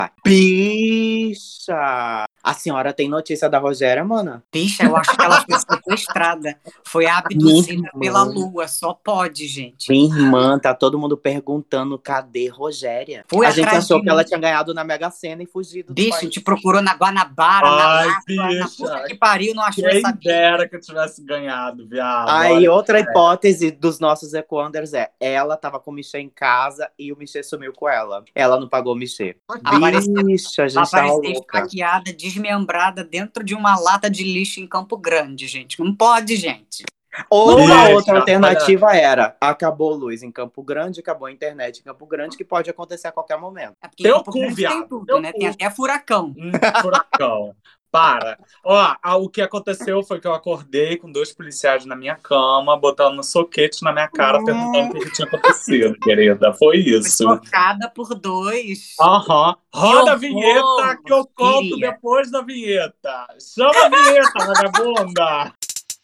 Bicha! A senhora tem notícia da Rogéria, mana? Bicha, eu acho que ela foi sequestrada. Foi abduzida pela lua. Só pode, gente. Minha irmã, tá todo mundo perguntando cadê Rogéria. Foi A gente atrás achou de que ela mim. tinha ganhado na Mega Sena e fugido do Bicho, país. te procurou na Guanabara, na Ai, Lapa, na bicha. puta que pariu, não achou essa Quem bicha. dera que eu tivesse ganhado, viado. Aí, Olha, outra hipótese dos nossos Equanders é: ela tava com o Michê em casa e o Michê sumiu com ela. Ela não pagou o Michê. Bicha, a gente tava Aparecer louca. esfaqueada, desmembrada dentro de uma lata de lixo em Campo Grande, gente. Não pode, gente. Ou Bicha, a outra olha. alternativa era: acabou a luz em Campo Grande, acabou a internet em Campo Grande, que pode acontecer a qualquer momento. É porque Teu Campo cu, Grande tem viado, tudo, teu né? cu. Tem até furacão. Furacão. Para. Ó, o que aconteceu foi que eu acordei com 2 policiais na minha cama, botando um soquete na minha cara, perguntando o que tinha acontecido, querida. Foi isso. Foi tocada por 2. Aham. Roda a horror, vinheta que eu conto queria. depois da vinheta. Chama a vinheta, vagabunda.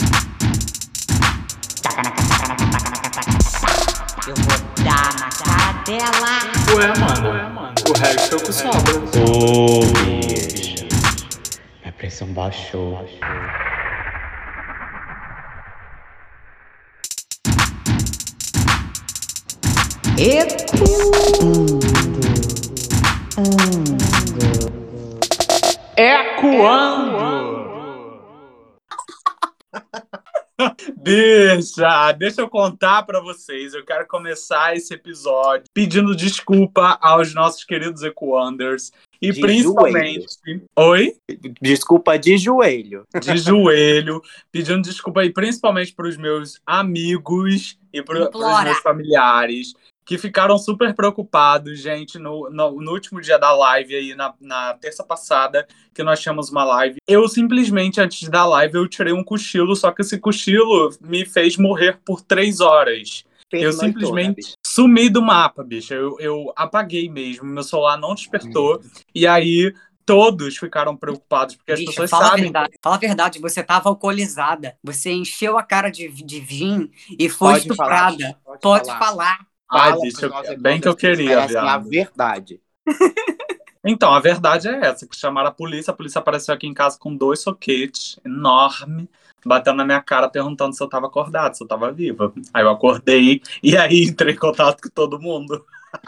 Eu vou dar na cara dela. Ué, mano, o resto é o que sobra. Ô, bicha, minha pressão baixou. Bicha, deixa eu contar pra vocês. Eu quero começar esse episódio pedindo desculpa aos nossos queridos Equanders. E De principalmente. Oi? Desculpa de joelho. De joelho. Pedindo desculpa aí, principalmente pros meus amigos e pros meus familiares, que ficaram super preocupados, gente, no último dia da live aí, na terça passada, que nós tínhamos uma live. Eu simplesmente, antes da live, eu tirei um cochilo, só que esse cochilo me fez morrer por 3 horas. Eu simplesmente sumi do mapa, bicho. Eu apaguei mesmo, meu celular não despertou. E aí, todos ficaram preocupados, porque as pessoas sabem... Fala a verdade, você tava alcoolizada. Você encheu a cara de vinho e foi estuprada. Pode falar. Ai, bicho, bem que eu queria, viado. A verdade. Então, a verdade é essa, que chamaram a polícia apareceu aqui em casa com 2 soquetes enormes, batendo na minha cara, perguntando se eu tava acordado, se eu tava viva. Aí eu acordei, e aí entrei em contato com todo mundo.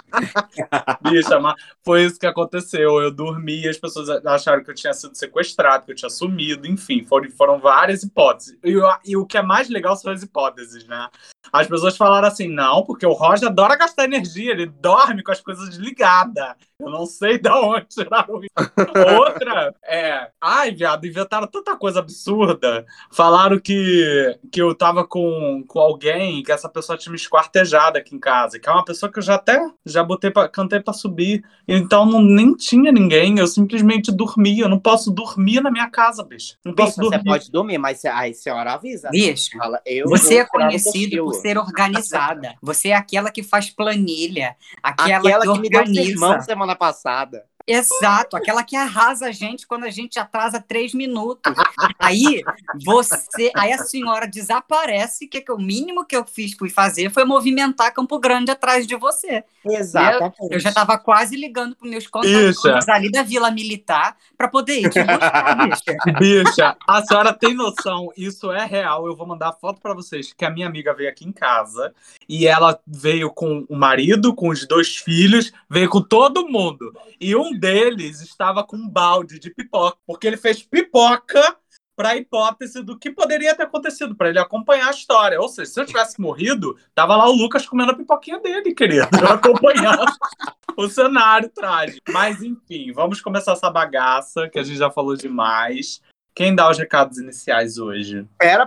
Bicha, mas foi isso que aconteceu. Eu dormi e as pessoas acharam que eu tinha sido sequestrado, que eu tinha sumido, enfim, foram várias hipóteses. E o que é mais legal são as hipóteses, né? As pessoas falaram assim, não, porque o Roger adora gastar energia, ele dorme com as coisas desligadas. Eu não sei de onde tiraram isso. Outra ai, viado, inventaram tanta coisa absurda. Falaram que eu tava com alguém, que essa pessoa tinha me esquartejado aqui em casa, que é uma pessoa que eu já cantei pra subir. Então nem tinha ninguém, eu simplesmente dormia. Eu não posso dormir na minha casa, bicho. Não posso dormir. Você pode dormir, mas aí a senhora avisa. Bicho, você é conhecido por ser organizada. Você é aquela que faz planilha. Aquela que me deu irmão semana passada. Exato, aquela que arrasa a gente quando a gente atrasa 3 minutos. Aí a senhora desaparece, que o mínimo que eu fui fazer foi movimentar Campo Grande atrás de você. Exatamente. Eu já estava quase ligando para os meus contatos ali da Vila Militar para poder ir te buscar, bicha. Bicha, a senhora tem noção, isso é real. Eu vou mandar foto para vocês, que a minha amiga veio aqui em casa e ela veio com o marido, com os 2 filhos, veio com todo mundo. E um deles estava com um balde de pipoca, porque ele fez pipoca para a hipótese do que poderia ter acontecido, para ele acompanhar a história. Ou seja, se eu tivesse morrido, tava lá o Lucas comendo a pipoquinha dele, querido, acompanhando o cenário trágico. Mas, enfim, vamos começar essa bagaça, que a gente já falou demais. Quem dá os recados iniciais hoje?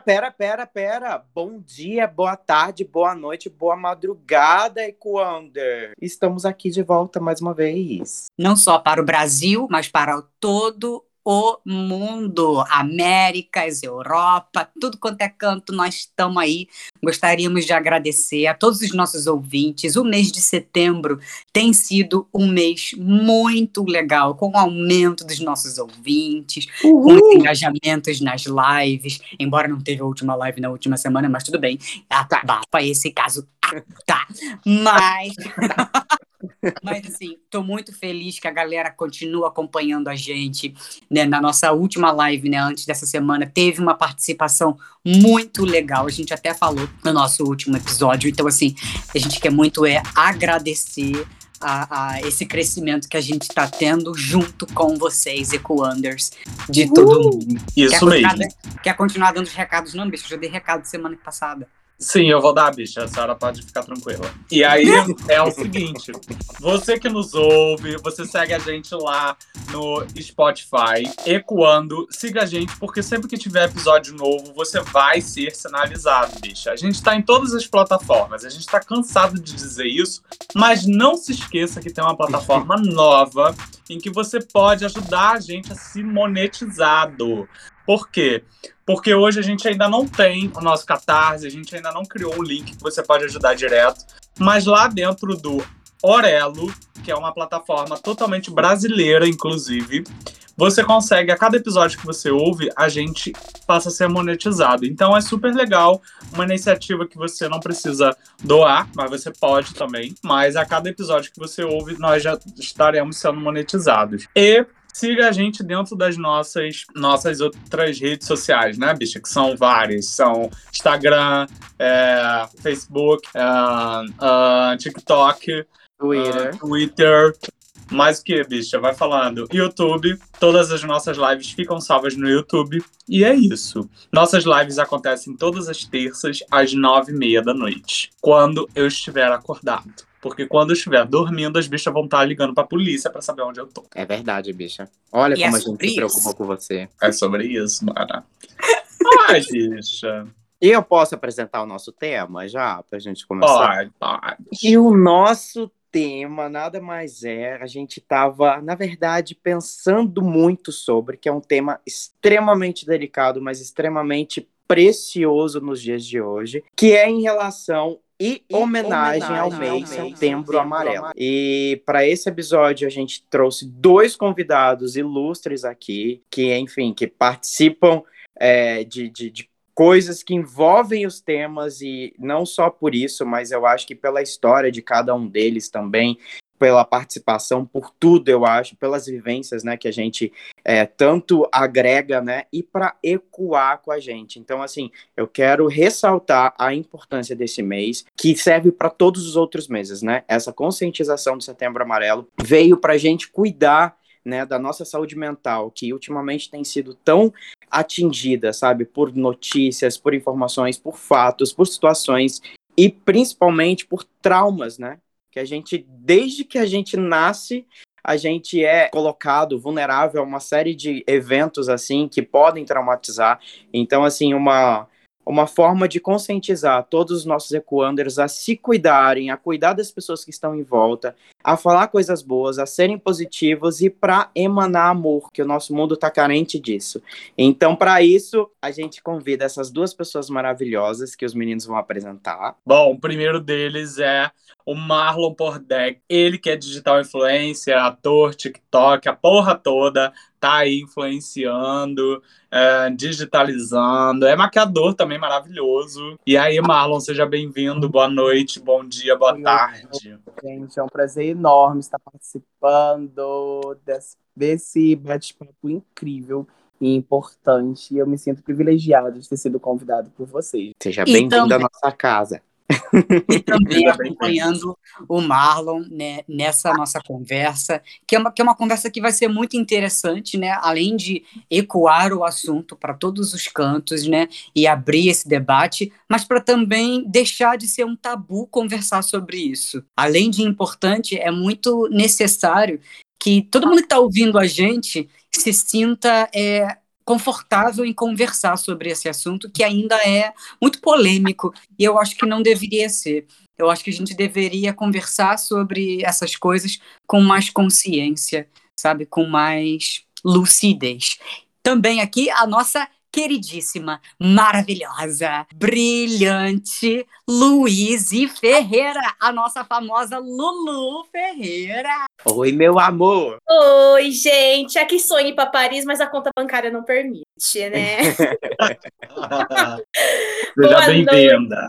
Pera. Bom dia, boa tarde, boa noite, boa madrugada, Equander. Estamos aqui de volta mais uma vez. Não só para o Brasil, mas para todo o mundo, Américas, Europa, tudo quanto é canto, nós estamos aí. Gostaríamos de agradecer a todos os nossos ouvintes. O mês de setembro tem sido um mês muito legal, com o aumento dos nossos ouvintes, com os engajamentos nas lives, embora não teve a última live na última semana, mas tudo bem, abafa esse caso. Tá. Mas, mas assim, tô muito feliz que a galera continua acompanhando a gente, né? Na nossa última live, né, antes dessa semana, teve uma participação muito legal. A gente até falou no nosso último episódio. Então, assim, a gente quer muito agradecer a esse crescimento que a gente está tendo junto com vocês, Ecoanders, de todo mundo. Isso mesmo. Quer continuar dando os recados? Não, bicho, eu já dei recado semana passada. Sim, eu vou dar, bicha. A senhora pode ficar tranquila. E aí é o seguinte: você que nos ouve, você segue a gente lá no Spotify, Ecoando. Siga a gente, porque sempre que tiver episódio novo, você vai ser sinalizado, bicha. A gente tá em todas as plataformas. A gente tá cansado de dizer isso, mas não se esqueça que tem uma plataforma nova em que você pode ajudar a gente a se monetizado. Por quê? Porque hoje a gente ainda não tem o nosso Catarse, a gente ainda não criou um link que você pode ajudar direto, mas lá dentro do Orelo, que é uma plataforma totalmente brasileira, inclusive, você consegue, a cada episódio que você ouve, a gente passa a ser monetizado. Então é super legal, uma iniciativa que você não precisa doar, mas você pode também. Mas a cada episódio que você ouve, nós já estaremos sendo monetizados. E siga a gente dentro das nossas outras redes sociais, né, bicha? Que são várias. São Instagram, Facebook, TikTok, Twitter. Mais o que, bicha? Vai falando. YouTube. Todas as nossas lives ficam salvas no YouTube. E é isso. Nossas lives acontecem todas as terças, às 9h30 da noite. Quando eu estiver acordado. Porque quando eu estiver dormindo, as bichas vão estar ligando pra polícia pra saber onde eu tô. É verdade, bicha. Olha como a gente se preocupa com você. É sobre isso, Mara. Ai, bicha. E eu posso apresentar o nosso tema já, pra gente começar? Pode. E o nosso tema nada mais é, a gente tava, na verdade, pensando muito sobre, que é um tema extremamente delicado, mas extremamente precioso nos dias de hoje, que é em relação e homenagem ao mês Setembro Amarelo. E para esse episódio a gente trouxe 2 convidados ilustres aqui, que, enfim, que participam de coisas que envolvem os temas, e não só por isso, mas eu acho que pela história de cada um deles também, pela participação, por tudo, eu acho, pelas vivências, né, que a gente tanto agrega, né, e para ecoar com a gente. Então, assim, eu quero ressaltar a importância desse mês, que serve para todos os outros meses, né? Essa conscientização do Setembro Amarelo veio para a gente cuidar, né, da nossa saúde mental, que ultimamente tem sido tão atingida, sabe, por notícias, por informações, por fatos, por situações e principalmente por traumas, né? Que a gente, desde que a gente nasce, a gente é colocado vulnerável a uma série de eventos, assim, que podem traumatizar. Então, assim, uma forma de conscientizar todos os nossos ecoanders a se cuidarem, a cuidar das pessoas que estão em volta, a falar coisas boas, a serem positivos e para emanar amor, que o nosso mundo está carente disso. Então, para isso, a gente convida essas 2 pessoas maravilhosas que os meninos vão apresentar. Bom, o primeiro deles é o Marlon Pordeg. Ele que é digital influencer, ator, TikTok, a porra toda, tá aí influenciando, digitalizando, é maquiador também maravilhoso. E aí, Marlon, seja bem-vindo, boa noite, bom dia, boa tarde. Gente, é um prazer enorme estar participando desse bate-papo incrível e importante. Eu me sinto privilegiado de ter sido convidado por vocês. Seja bem-vindo à nossa casa. E também acompanhando o Marlon, né, nessa nossa conversa, que é uma conversa que vai ser muito interessante, né, além de ecoar o assunto para todos os cantos, né, e abrir esse debate, mas para também deixar de ser um tabu conversar sobre isso. Além de importante, é muito necessário que todo mundo que está ouvindo a gente se sinta confortável em conversar sobre esse assunto, que ainda é muito polêmico, e eu acho que não deveria ser. Eu acho que a gente deveria conversar sobre essas coisas com mais consciência, sabe? Com mais lucidez. Também aqui a nossa queridíssima, maravilhosa, brilhante Luíse Ferreira, a nossa famosa Lulu Ferreira. Oi, meu amor. Oi, gente. Aqui sonho ir para Paris, mas a conta bancária não permite, né? Seja bem-vinda.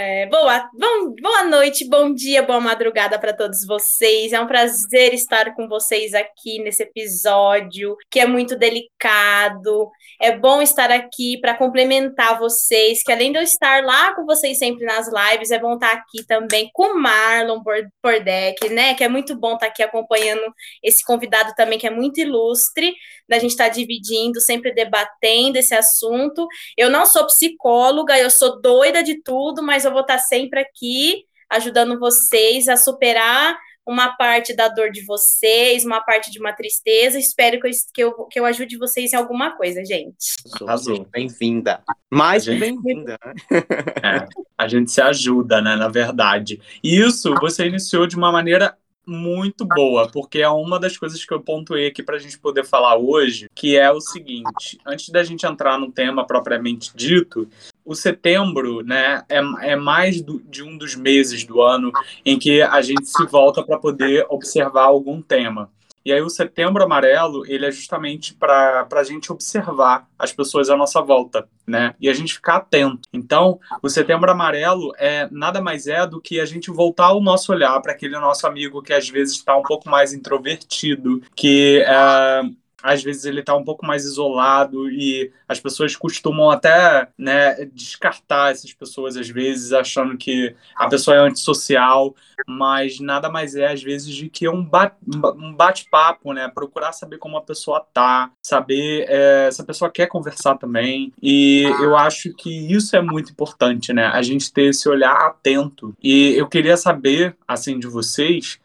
Boa noite, bom dia, boa madrugada para todos vocês. É um prazer estar com vocês aqui nesse episódio, que é muito delicado. É bom estar aqui para complementar vocês, que além de eu estar lá com vocês sempre nas lives, é bom estar aqui também com o Marlon Bordek, né? Que é muito bom estar aqui acompanhando esse convidado também, que é muito ilustre, da gente estar dividindo, sempre debatendo esse assunto. Eu não sou psicóloga, eu sou doida de tudo, mas eu vou estar sempre aqui ajudando vocês a superar uma parte da dor de vocês, uma parte de uma tristeza. Espero que eu ajude vocês em alguma coisa, gente. Arrasou. Bem-vinda. Mais que bem-vinda, né? A gente se ajuda, né, na verdade. E isso você iniciou de uma maneira muito boa, porque é uma das coisas que eu pontuei aqui para a gente poder falar hoje, que é o seguinte: antes da gente entrar no tema propriamente dito, o setembro, né, é mais de um dos meses do ano em que a gente se volta para poder observar algum tema. E aí o Setembro Amarelo, ele é justamente para a gente observar as pessoas à nossa volta, né? E a gente ficar atento. Então, o Setembro Amarelo nada mais é do que a gente voltar o nosso olhar para aquele nosso amigo que às vezes está um pouco mais introvertido, que às vezes ele está um pouco mais isolado e as pessoas costumam até, né, descartar essas pessoas às vezes, achando que a pessoa é antissocial, mas nada mais é às vezes de que um bate-papo, né, procurar saber como a pessoa tá, saber se a pessoa quer conversar também. E eu acho que isso é muito importante, né, a gente ter esse olhar atento. E eu queria saber, assim, de vocês,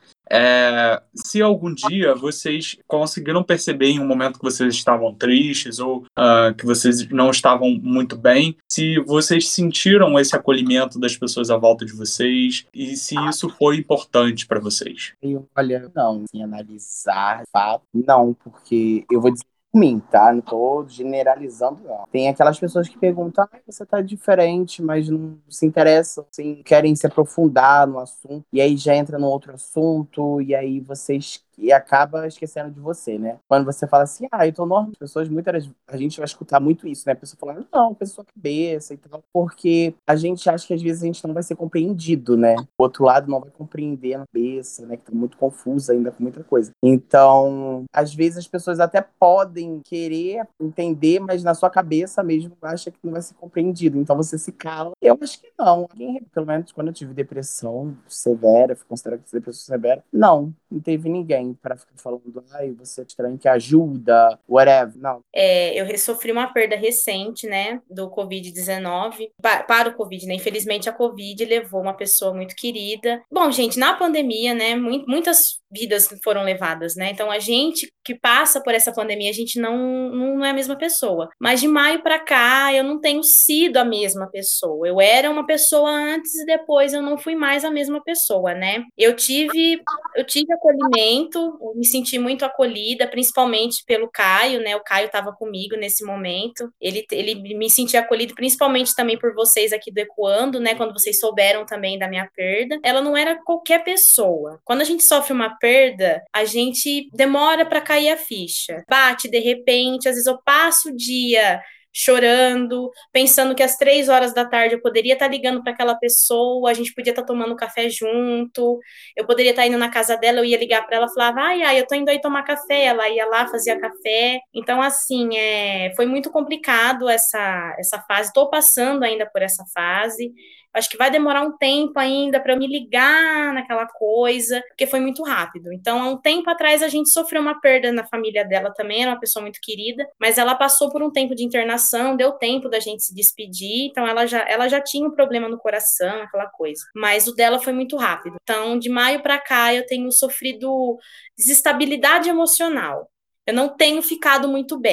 se algum dia vocês conseguiram perceber em um momento que vocês estavam tristes ou que vocês não estavam muito bem, se vocês sentiram esse acolhimento das pessoas à volta de vocês e se isso foi importante para vocês. Olha, não, assim, analisar, fato, não, porque eu vou dizer por mim, tá? Não tô generalizando, não. Tem aquelas pessoas que perguntam, você tá diferente, mas não se interessam, assim, querem se aprofundar no assunto, e aí já entra no outro assunto, e aí vocês e acaba esquecendo de você, né? Quando você fala assim, eu tô normal, as pessoas, a gente vai escutar muito isso, né? A pessoa falando, não, pessoa cabeça e tal, porque a gente acha que às vezes a gente não vai ser compreendido, né? O outro lado não vai compreender a cabeça, né? Que tá muito confusa ainda com muita coisa. Então, às vezes as pessoas até podem querer entender, mas na sua cabeça mesmo acha que não vai ser compreendido. Então você se cala. Eu acho que não. Pelo menos quando eu tive depressão severa, fui considerada depressão severa, não teve ninguém para ficar falando, você é estranho, que ajuda, whatever, não. Eu sofri uma perda recente, né, do Covid-19, para o Covid, né, infelizmente a Covid levou uma pessoa muito querida. Bom, gente, na pandemia, né, muitas vidas foram levadas, né, então a gente que passa por essa pandemia, a gente não é a mesma pessoa, mas de maio para cá, eu não tenho sido a mesma pessoa, eu era uma pessoa antes e depois eu não fui mais a mesma pessoa, né, eu tive acolhimento, eu me senti muito acolhida, principalmente pelo Caio, né? O Caio estava comigo nesse momento. Ele me sentia acolhido, principalmente também por vocês aqui do Ecoando, né? Quando vocês souberam também da minha perda. Ela não era qualquer pessoa. Quando a gente sofre uma perda, a gente demora para cair a ficha. Bate de repente, às vezes eu passo o dia chorando, pensando que às 3 horas da tarde eu poderia estar ligando para aquela pessoa, a gente podia estar tomando café junto, eu poderia estar indo na casa dela, eu ia ligar para ela, falava, eu tô indo aí tomar café, ela ia lá, fazia café. Então, assim, foi muito complicado essa fase, tô passando ainda por essa fase. Acho que vai demorar um tempo ainda para eu me ligar naquela coisa, porque foi muito rápido. Então, há um tempo atrás, a gente sofreu uma perda na família dela também, era uma pessoa muito querida, mas ela passou por um tempo de internação, deu tempo da gente se despedir, então ela já tinha um problema no coração, aquela coisa. Mas o dela foi muito rápido. Então, de maio para cá, eu tenho sofrido desestabilidade emocional. Eu não tenho ficado muito bem.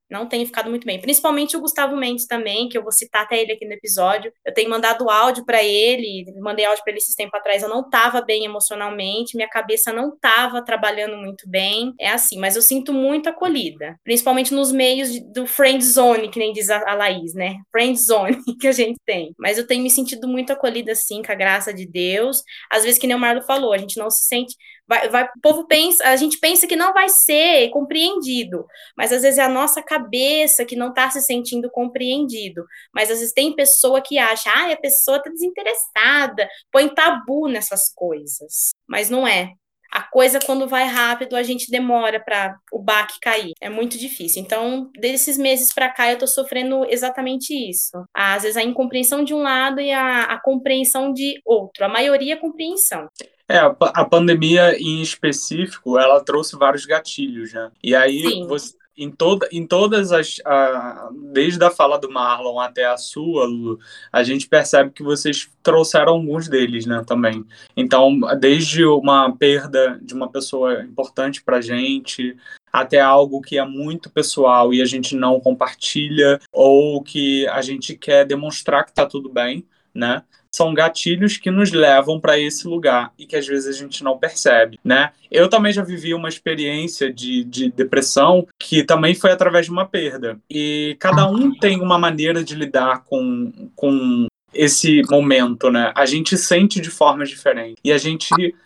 Não tenho ficado muito bem. Principalmente o Gustavo Mendes também, que eu vou citar até ele aqui no episódio. Eu tenho mandado áudio para ele, mandei áudio para ele esses tempos atrás. Eu não estava bem emocionalmente, minha cabeça não estava trabalhando muito bem. É assim, mas eu sinto muito acolhida. Principalmente nos meios do friend zone, que nem diz a Laís, né? Friend zone que a gente tem. Mas eu tenho me sentido muito acolhida, sim, com a graça de Deus. Às vezes, que nem o Marlo falou, a gente não se sente. O povo pensa, a gente pensa que não vai ser compreendido, mas às vezes é a nossa cabeça que não está se sentindo compreendido. Mas às vezes tem pessoa que acha, a pessoa está desinteressada, põe tabu nessas coisas. Mas não é. A coisa, quando vai rápido, a gente demora para o baque cair. É muito difícil. Então, desses meses para cá, eu tô sofrendo exatamente isso. Às vezes a incompreensão de um lado e a compreensão de outro. A maioria é compreensão. A pandemia em específico, ela trouxe vários gatilhos, né? E aí, Sim. em todas desde a fala do Marlon até a sua, Lulu, a gente percebe que vocês trouxeram alguns deles, né, também. Então, desde uma perda de uma pessoa importante pra gente, até algo que é muito pessoal e a gente não compartilha, ou que a gente quer demonstrar que tá tudo bem, né? São gatilhos que nos levam para esse lugar e que às vezes a gente não percebe, né? Eu também já vivi uma experiência de depressão que também foi através de uma perda. E cada um tem uma maneira de lidar com esse momento, né? A gente sente de forma diferente e a gente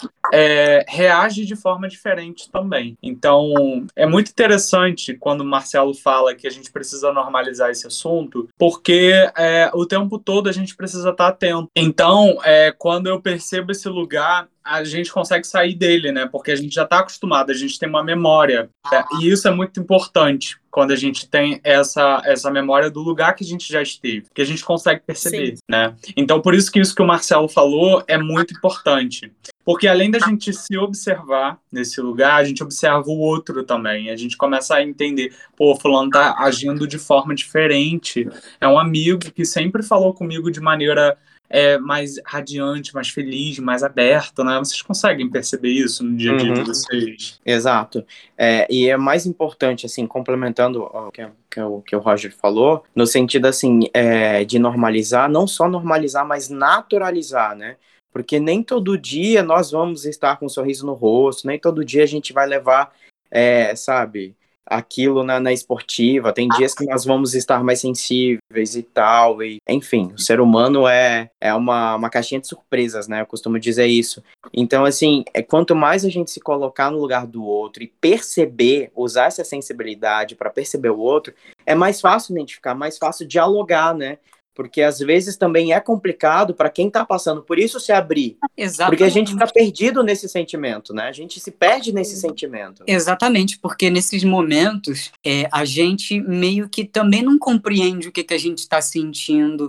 reage de forma diferente também. Então, é muito interessante quando o Marcelo fala que a gente precisa normalizar esse assunto, porque o tempo todo a gente precisa estar atento. Então, quando eu percebo esse lugar, a gente consegue sair dele, né? Porque a gente já está acostumado, a gente tem uma memória. E isso é muito importante quando a gente tem essa memória do lugar que a gente já esteve, que a gente consegue perceber, né? Então, por isso que o Marcelo falou é muito importante. Porque além da gente se observar nesse lugar, a gente observa o outro também. A gente começa a entender, fulano tá agindo de forma diferente. É um amigo que sempre falou comigo de maneira mais radiante, mais feliz, mais aberta, né? Vocês conseguem perceber isso no dia a dia de vocês? Exato. E é mais importante, assim, complementando o que o Roger falou, no sentido, assim, de normalizar, não só normalizar, mas naturalizar, né? Porque nem todo dia nós vamos estar com um sorriso no rosto, nem todo dia a gente vai levar, sabe, aquilo na esportiva. Tem dias que nós vamos estar mais sensíveis e tal, e enfim, o ser humano é uma caixinha de surpresas, né? Eu costumo dizer isso. Então, assim, quanto mais a gente se colocar no lugar do outro e perceber, usar essa sensibilidade para perceber o outro, é mais fácil identificar, mais fácil dialogar, né? Porque às vezes também é complicado para quem está passando por isso se abrir. Exatamente. Porque a gente fica perdido nesse sentimento, né? A gente se perde nesse sentimento. Exatamente, porque nesses momentos a gente meio que também não compreende o que a gente está sentindo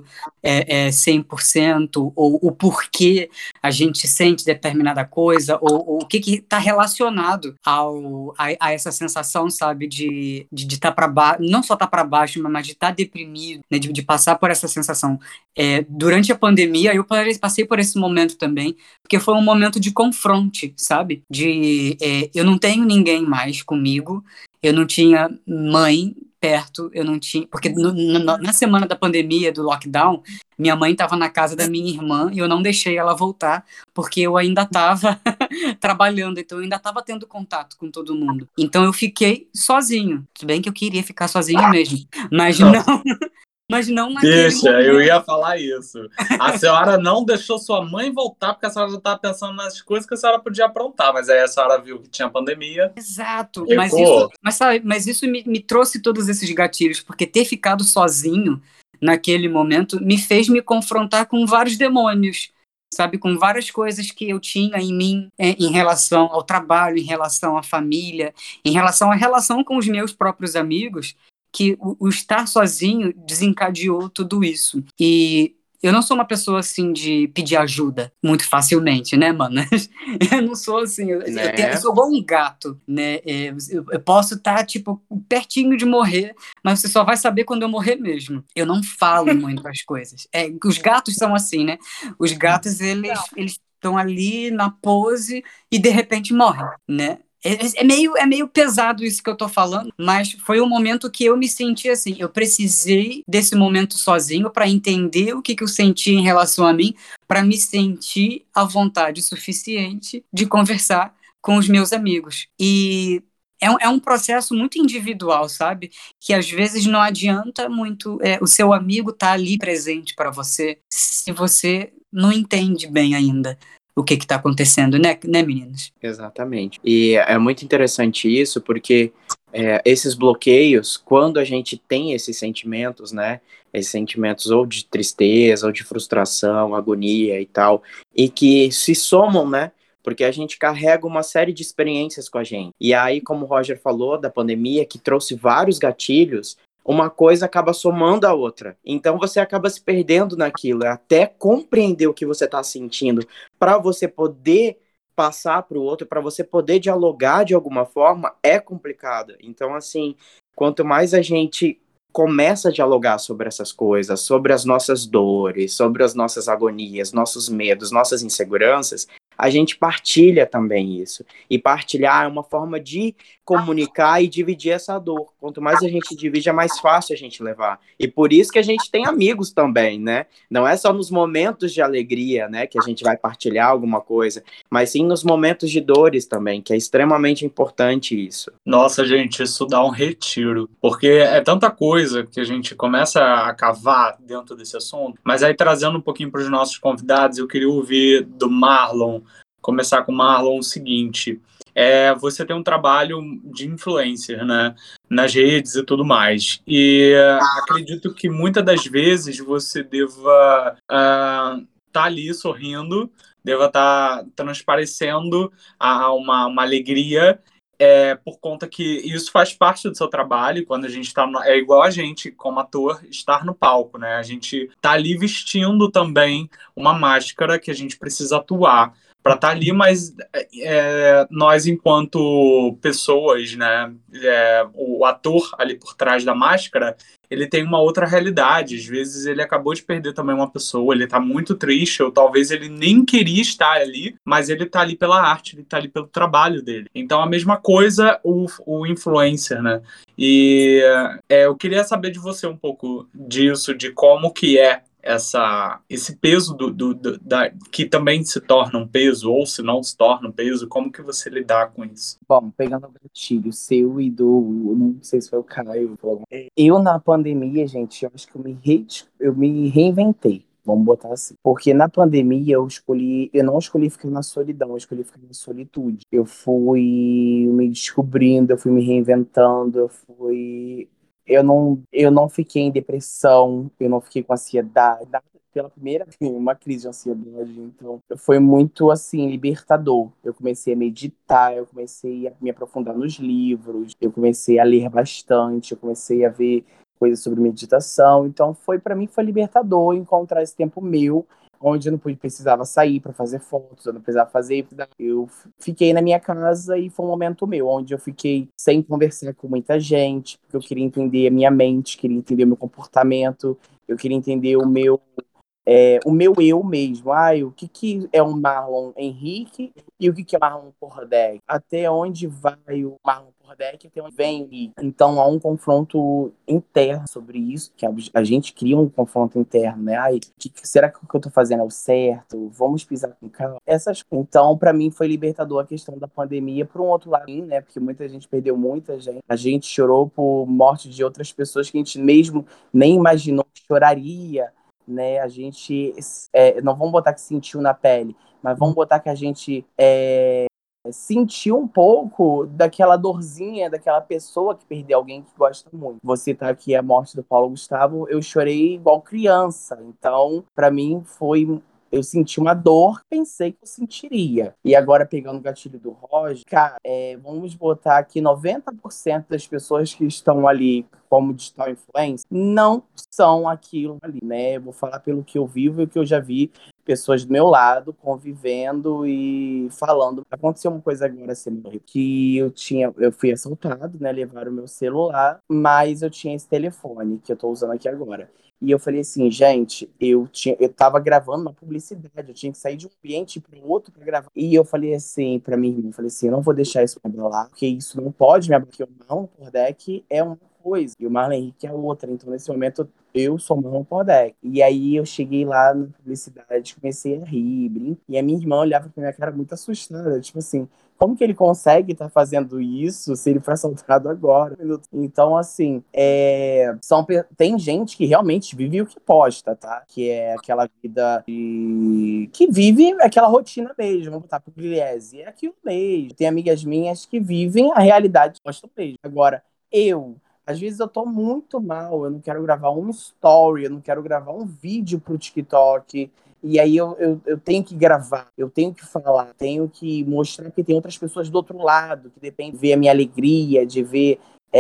100%, ou o porquê a gente sente determinada coisa, ou o que está relacionado a essa sensação, sabe, de estar para baixo, não só estar para baixo, mas de estar deprimido, né, de passar por essa sensação. Durante a pandemia, eu passei por esse momento também, porque foi um momento de confronte, sabe? Eu não tenho ninguém mais comigo, eu não tinha mãe perto, eu não tinha... Porque na semana da pandemia, do lockdown, minha mãe estava na casa da minha irmã e eu não deixei ela voltar, porque eu ainda estava trabalhando, então eu ainda estava tendo contato com todo mundo. Então eu fiquei sozinho. Tudo bem que eu queria ficar sozinho mesmo, mas não... Mas não naquele Deixa, momento. eu ia falar isso. A senhora não deixou sua mãe voltar porque a senhora já estava pensando nas coisas que a senhora podia aprontar, mas aí a senhora viu que tinha pandemia. Exato, Ficou. mas isso me trouxe todos esses gatilhos, porque ter ficado sozinho naquele momento me fez me confrontar com vários demônios, sabe, com várias coisas que eu tinha em mim, em relação ao trabalho, em relação à família, em relação à relação com os meus próprios amigos, que o estar sozinho desencadeou tudo isso. E eu não sou uma pessoa, assim, de pedir ajuda muito facilmente, né, mano? Eu não sou assim, eu sou igual um gato, né? Eu posso estar, tipo, pertinho de morrer, mas você só vai saber quando eu morrer mesmo. Eu não falo muito as coisas. Os gatos são assim, né? Os gatos, eles estão ali na pose e, de repente, morrem, né? É meio pesado isso que eu tô falando, mas foi um momento que eu me senti assim, eu precisei desse momento sozinho para entender o que eu senti em relação a mim, para me sentir à vontade suficiente de conversar com os meus amigos. E é um processo muito individual, sabe? Que às vezes não adianta muito o seu amigo estar ali presente para você se você não entende bem ainda o que está acontecendo, né, meninas? Exatamente. E é muito interessante isso, porque esses bloqueios, quando a gente tem esses sentimentos, né, esses sentimentos ou de tristeza, ou de frustração, agonia e tal, e que se somam, né, porque a gente carrega uma série de experiências com a gente. E aí, como o Roger falou, da pandemia, que trouxe vários gatilhos, uma coisa acaba somando a outra. Então você acaba se perdendo naquilo, até compreender o que você está sentindo, para você poder passar para o outro, para você poder dialogar de alguma forma, é complicado. Então, assim, quanto mais a gente começa a dialogar sobre essas coisas, sobre as nossas dores, sobre as nossas agonias, nossos medos, nossas inseguranças, a gente partilha também isso. E partilhar é uma forma de comunicar e dividir essa dor. Quanto mais a gente divide, é mais fácil a gente levar. E por isso que a gente tem amigos também, né? Não é só nos momentos de alegria, né, que a gente vai partilhar alguma coisa, mas sim nos momentos de dores também, que é extremamente importante isso. Nossa, gente, isso dá um retiro, porque é tanta coisa que a gente começa a cavar dentro desse assunto, mas aí trazendo um pouquinho para os nossos convidados, eu queria ouvir do Marlon, começar com o Marlon o seguinte, você tem um trabalho de influencer, né, nas redes e tudo mais, e acredito que muitas das vezes você deva tá ali sorrindo, deva estar transparecendo uma alegria, por conta que isso faz parte do seu trabalho, quando a gente está, é igual a gente, como ator, estar no palco, né? A gente tá ali vestindo também uma máscara que a gente precisa atuar para estar ali, mas nós, enquanto pessoas, né? O ator ali por trás da máscara, ele tem uma outra realidade. Às vezes ele acabou de perder também uma pessoa, ele tá muito triste, ou talvez ele nem queria estar ali, mas ele tá ali pela arte, ele tá ali pelo trabalho dele. Então a mesma coisa o influencer, né? E eu queria saber de você um pouco disso, de como que é esse peso que também se torna um peso, ou se não se torna um peso, como que você lidar com isso? Bom, pegando o gatilho seu e não sei se foi o Caio, eu na pandemia, gente, eu acho que eu me reinventei. Vamos botar assim. Porque na pandemia eu não escolhi ficar na solidão, eu escolhi ficar na solitude. Eu fui me descobrindo, eu fui me reinventando, eu não fiquei em depressão, eu não fiquei com ansiedade. Pela primeira vez, uma crise de ansiedade. Então, foi muito, assim, libertador. Eu comecei a meditar, eu comecei a me aprofundar nos livros, eu comecei a ler bastante, eu comecei a ver coisas sobre meditação. Então, para mim, foi libertador encontrar esse tempo meu, onde eu não precisava sair para fazer fotos, eu não precisava fazer. Eu fiquei na minha casa e foi um momento meu, onde eu fiquei sem conversar com muita gente, porque eu queria entender a minha mente, queria entender o meu comportamento, eu queria entender o meu eu mesmo. O que é um Marlon Henrique e o que é Marlon Kordek? Até onde vai o Marlon Kordek, até onde vem o Henrique? Então há um confronto interno sobre isso, que a gente cria um confronto interno, né? Será que o que eu tô fazendo é o certo? Vamos pisar com calma? Então, para mim, foi libertador a questão da pandemia. Por um outro lado, né? Porque muita gente perdeu muita gente. A gente chorou por morte de outras pessoas que a gente mesmo nem imaginou que choraria, né? A gente não vamos botar que sentiu na pele, mas vamos botar que a gente sentiu um pouco daquela dorzinha daquela pessoa que perdeu alguém que gosta muito. Você tá aqui, a morte do Paulo Gustavo, eu chorei igual criança. Então, para mim eu senti uma dor, pensei que eu sentiria. E agora, pegando o gatilho do Roger, cara, vamos botar aqui 90% das pessoas que estão ali como digital influencer não são aquilo ali, né? Eu vou falar pelo que eu vivo e o que eu já vi pessoas do meu lado, convivendo e falando. Aconteceu uma coisa agora, que eu fui assaltado, né? Levaram o meu celular, mas eu tinha esse telefone que eu tô usando aqui agora. E eu falei assim, gente, eu tava gravando uma publicidade, eu tinha que sair de um ambiente para o outro para gravar. E eu falei assim pra minha irmã, eu não vou deixar isso me abalar, porque isso não pode me abalar, porque o Marlon Pordec é uma coisa e o Marlon Henrique é outra. Então, nesse momento, eu sou Marlon Pordec. E aí eu cheguei lá na publicidade, comecei a rir, brincar. E a minha irmã olhava pra minha cara muito assustada, tipo assim, como que ele consegue estar fazendo isso se ele foi assaltado agora? Então, assim, tem gente que realmente vive o que posta, tá? Que é aquela vida que vive aquela rotina mesmo. Vamos botar pro Guilherme. É aquilo mesmo. Tem amigas minhas que vivem a realidade que postam mesmo. Agora, às vezes eu tô muito mal, eu não quero gravar um story, eu não quero gravar um vídeo pro TikTok. E aí eu tenho que gravar, eu tenho que falar, tenho que mostrar que tem outras pessoas do outro lado, que depende de ver a minha alegria, de ver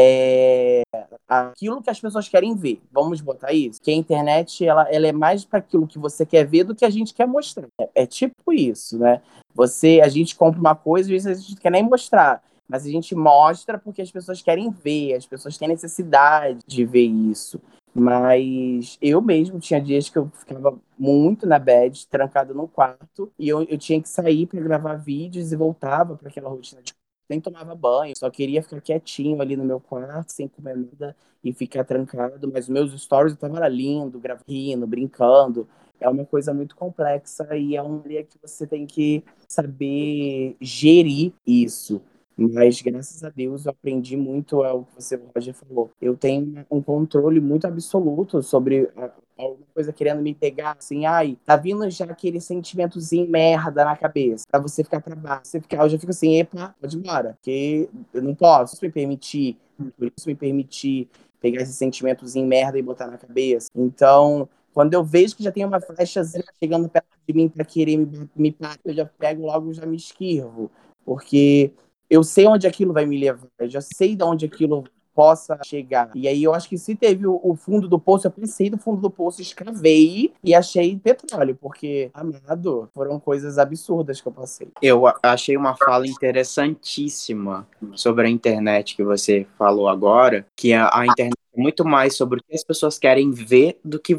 aquilo que as pessoas querem ver. Vamos botar isso? Que a internet, ela é mais para aquilo que você quer ver do que a gente quer mostrar. É tipo isso, né? A gente compra uma coisa e às vezes a gente não quer nem mostrar. Mas a gente mostra porque as pessoas querem ver, as pessoas têm necessidade de ver isso. Mas eu mesmo tinha dias que eu ficava muito na bad, trancado no quarto, e eu tinha que sair para gravar vídeos e voltava para aquela rotina de nem tomava banho, só queria ficar quietinho ali no meu quarto, sem comer nada e ficar trancado. Mas meus stories eu tava lá lindo, rindo, brincando. É uma coisa muito complexa e é um dia que você tem que saber gerir isso. Mas, graças a Deus, eu aprendi muito, é o que você, Roger, falou. Eu tenho um controle muito absoluto sobre alguma coisa querendo me pegar, assim, tá vindo já aquele sentimentozinho merda na cabeça, pra você ficar pra baixo. Eu já fico assim, epa, pode ir embora, porque eu não posso me permitir, por isso me permitir pegar esse sentimentozinho merda e botar na cabeça. Então, quando eu vejo que já tem uma flechazinha chegando perto de mim pra querer me parar, eu já pego logo, já me esquivo, porque eu sei onde aquilo vai me levar, eu já sei de onde aquilo possa chegar. E aí eu acho que se teve o fundo do poço, eu pensei no fundo do poço, escavei e achei petróleo, porque, amado, foram coisas absurdas que eu passei. Eu achei uma fala interessantíssima sobre a internet que você falou agora, que a internet é muito mais sobre o que as pessoas querem ver do que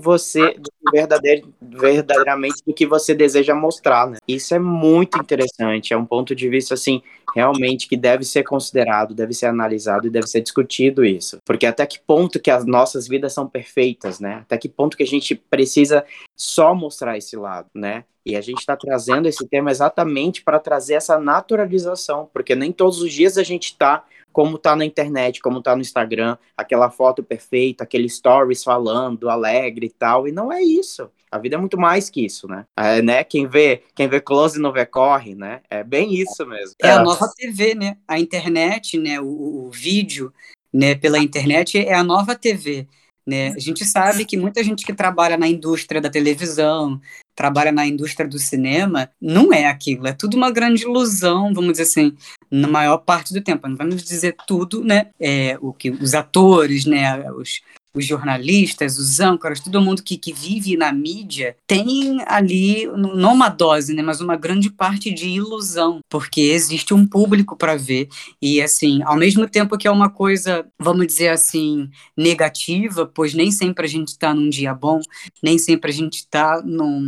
verdadeiramente do que você deseja mostrar, né? Isso é muito interessante, é um ponto de vista, assim, realmente que deve ser considerado, deve ser analisado e deve ser discutido isso. Porque até que ponto que as nossas vidas são perfeitas, né? Até que ponto que a gente precisa só mostrar esse lado, né? E a gente está trazendo esse tema exatamente para trazer essa naturalização, porque nem todos os dias a gente está como tá na internet, como tá no Instagram, aquela foto perfeita, aquele stories falando, alegre e tal, e não é isso. A vida é muito mais que isso, né? Né? Quem vê close não vê corre, né? É bem isso mesmo. É a nova TV, né? A internet, né? O vídeo, né? Pela internet é a nova TV. Né? A gente sabe que muita gente que trabalha na indústria da televisão, trabalha na indústria do cinema, não é aquilo, é tudo uma grande ilusão, vamos dizer assim, na maior parte do tempo. Não vamos dizer tudo, né? O que os atores, né? Os jornalistas, os âncoras, todo mundo que vive na mídia tem ali, não uma dose, né, mas uma grande parte de ilusão, porque existe um público para ver e, assim, ao mesmo tempo que é uma coisa, vamos dizer assim, negativa, pois nem sempre a gente está num dia bom, nem sempre a gente está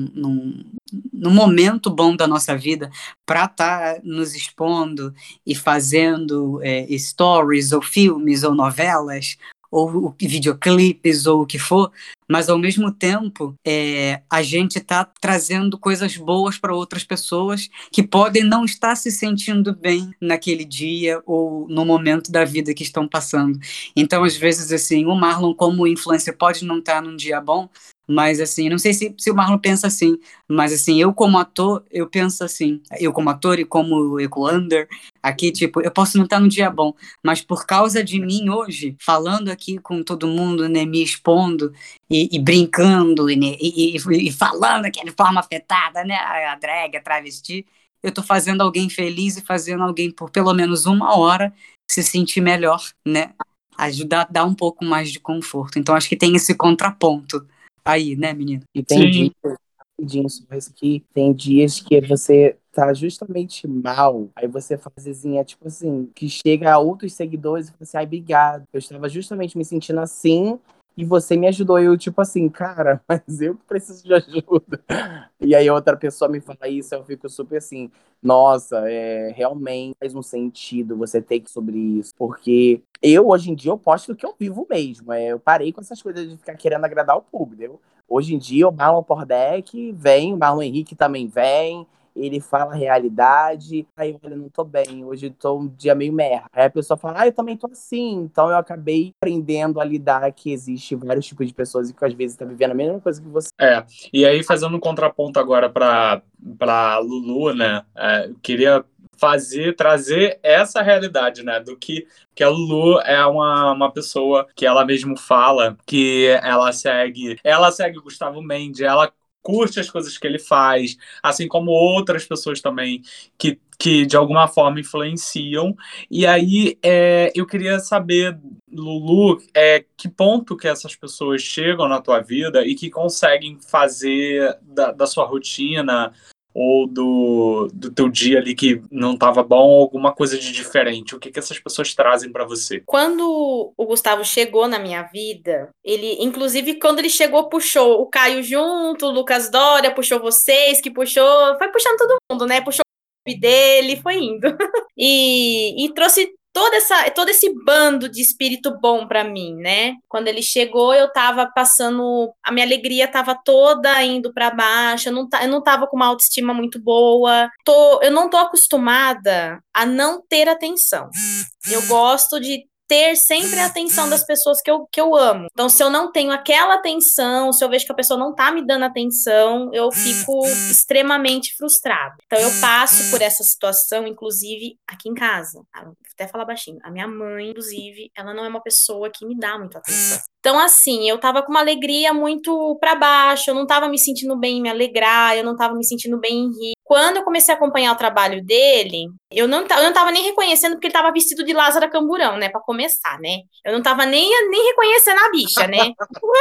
num momento bom da nossa vida para estar nos expondo e fazendo stories ou filmes ou novelas ou videoclipes, ou o que for, mas ao mesmo tempo a gente está trazendo coisas boas para outras pessoas que podem não estar se sentindo bem naquele dia ou no momento da vida que estão passando. Então, às vezes, assim, o Marlon, como influencer, pode não estar num dia bom, mas, assim, não sei se o Marlon pensa assim, mas, assim, eu como ator, eu penso assim, eu como ator e como Ecoander, aqui, tipo, eu posso não estar num dia bom, mas por causa de mim hoje, falando aqui com todo mundo, né, me expondo e brincando e falando aqui de forma afetada, né, a drag, a travesti, eu tô fazendo alguém feliz e fazendo alguém por pelo menos uma hora se sentir melhor, né, ajudar a dar um pouco mais de conforto. Então, acho que tem esse contraponto aí, né, menina? Entendi. rapidinho sobre isso aqui. Tem dias que você tá justamente mal, aí você fazezinha, tipo assim, que chega a outros seguidores e fala assim, ai, obrigado. Eu estava justamente me sentindo assim e você me ajudou. Eu, tipo assim, cara, mas eu que preciso de ajuda. E aí outra pessoa me fala isso, eu fico super assim, nossa, realmente faz um sentido você ter que sobre isso. Porque eu, hoje em dia, eu posto o que eu vivo mesmo. Eu parei com essas coisas de ficar querendo agradar o público. Hoje em dia, o Marlon Pordec vem, o Marlon Henrique também vem, ele fala a realidade. Aí, olha, não tô bem, hoje eu tô um dia meio merda. Aí a pessoa fala, eu também tô assim. Então eu acabei aprendendo a lidar que existe vários tipos de pessoas e que às vezes tá vivendo a mesma coisa que você. E aí fazendo um contraponto agora para Lulu, né? Eu queria trazer essa realidade, né? Do que a Lulu é uma pessoa que ela mesmo fala que ela segue Gustavo Mendes, ela curte as coisas que ele faz, assim como outras pessoas também que de alguma forma influenciam. E aí eu queria saber, Lulu, que ponto que essas pessoas chegam na tua vida e que conseguem fazer da sua rotina ou do teu dia ali que não estava bom, alguma coisa de diferente. O que essas pessoas trazem para você? Quando o Gustavo chegou na minha vida, inclusive, quando ele chegou, puxou o Caio junto, o Lucas Dória, puxou vocês, que puxou, foi puxando todo mundo, né? Puxou o dele, foi indo. E trouxe todo esse bando de espírito bom pra mim, né? Quando ele chegou, eu tava passando, a minha alegria tava toda indo pra baixo, eu não tava com uma autoestima muito boa. Eu não tô acostumada a não ter atenção. Eu gosto de ter sempre a atenção das pessoas que eu amo. Então, se eu não tenho aquela atenção, se eu vejo que a pessoa não tá me dando atenção, eu fico extremamente frustrada. Então, eu passo por essa situação, inclusive, aqui em casa. Vou até falar baixinho. A minha mãe, inclusive, ela não é uma pessoa que me dá muita atenção. Então, assim, eu tava com uma alegria muito pra baixo, eu não tava me sentindo bem em me alegrar, eu não tava me sentindo bem em rir. Quando eu comecei a acompanhar o trabalho dele, eu não tava nem reconhecendo porque ele tava vestido de Lázara Camburão, né? Pra começar, né? Eu não tava nem reconhecendo a bicha, né?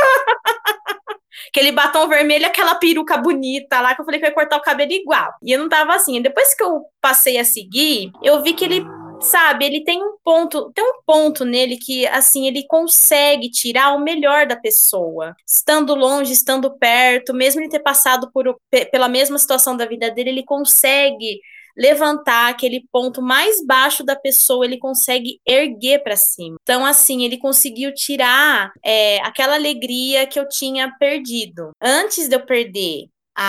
Aquele batom vermelho, aquela peruca bonita lá, que eu falei que eu ia cortar o cabelo igual. E eu não tava assim. Depois que eu passei a seguir, eu vi que ele, sabe, ele tem um ponto nele que, assim, ele consegue tirar o melhor da pessoa. Estando longe, estando perto, mesmo ele ter passado pela mesma situação da vida dele, ele consegue levantar aquele ponto mais baixo da pessoa, ele consegue erguer para cima. Então, assim, ele conseguiu tirar aquela alegria que eu tinha perdido. Antes de eu perder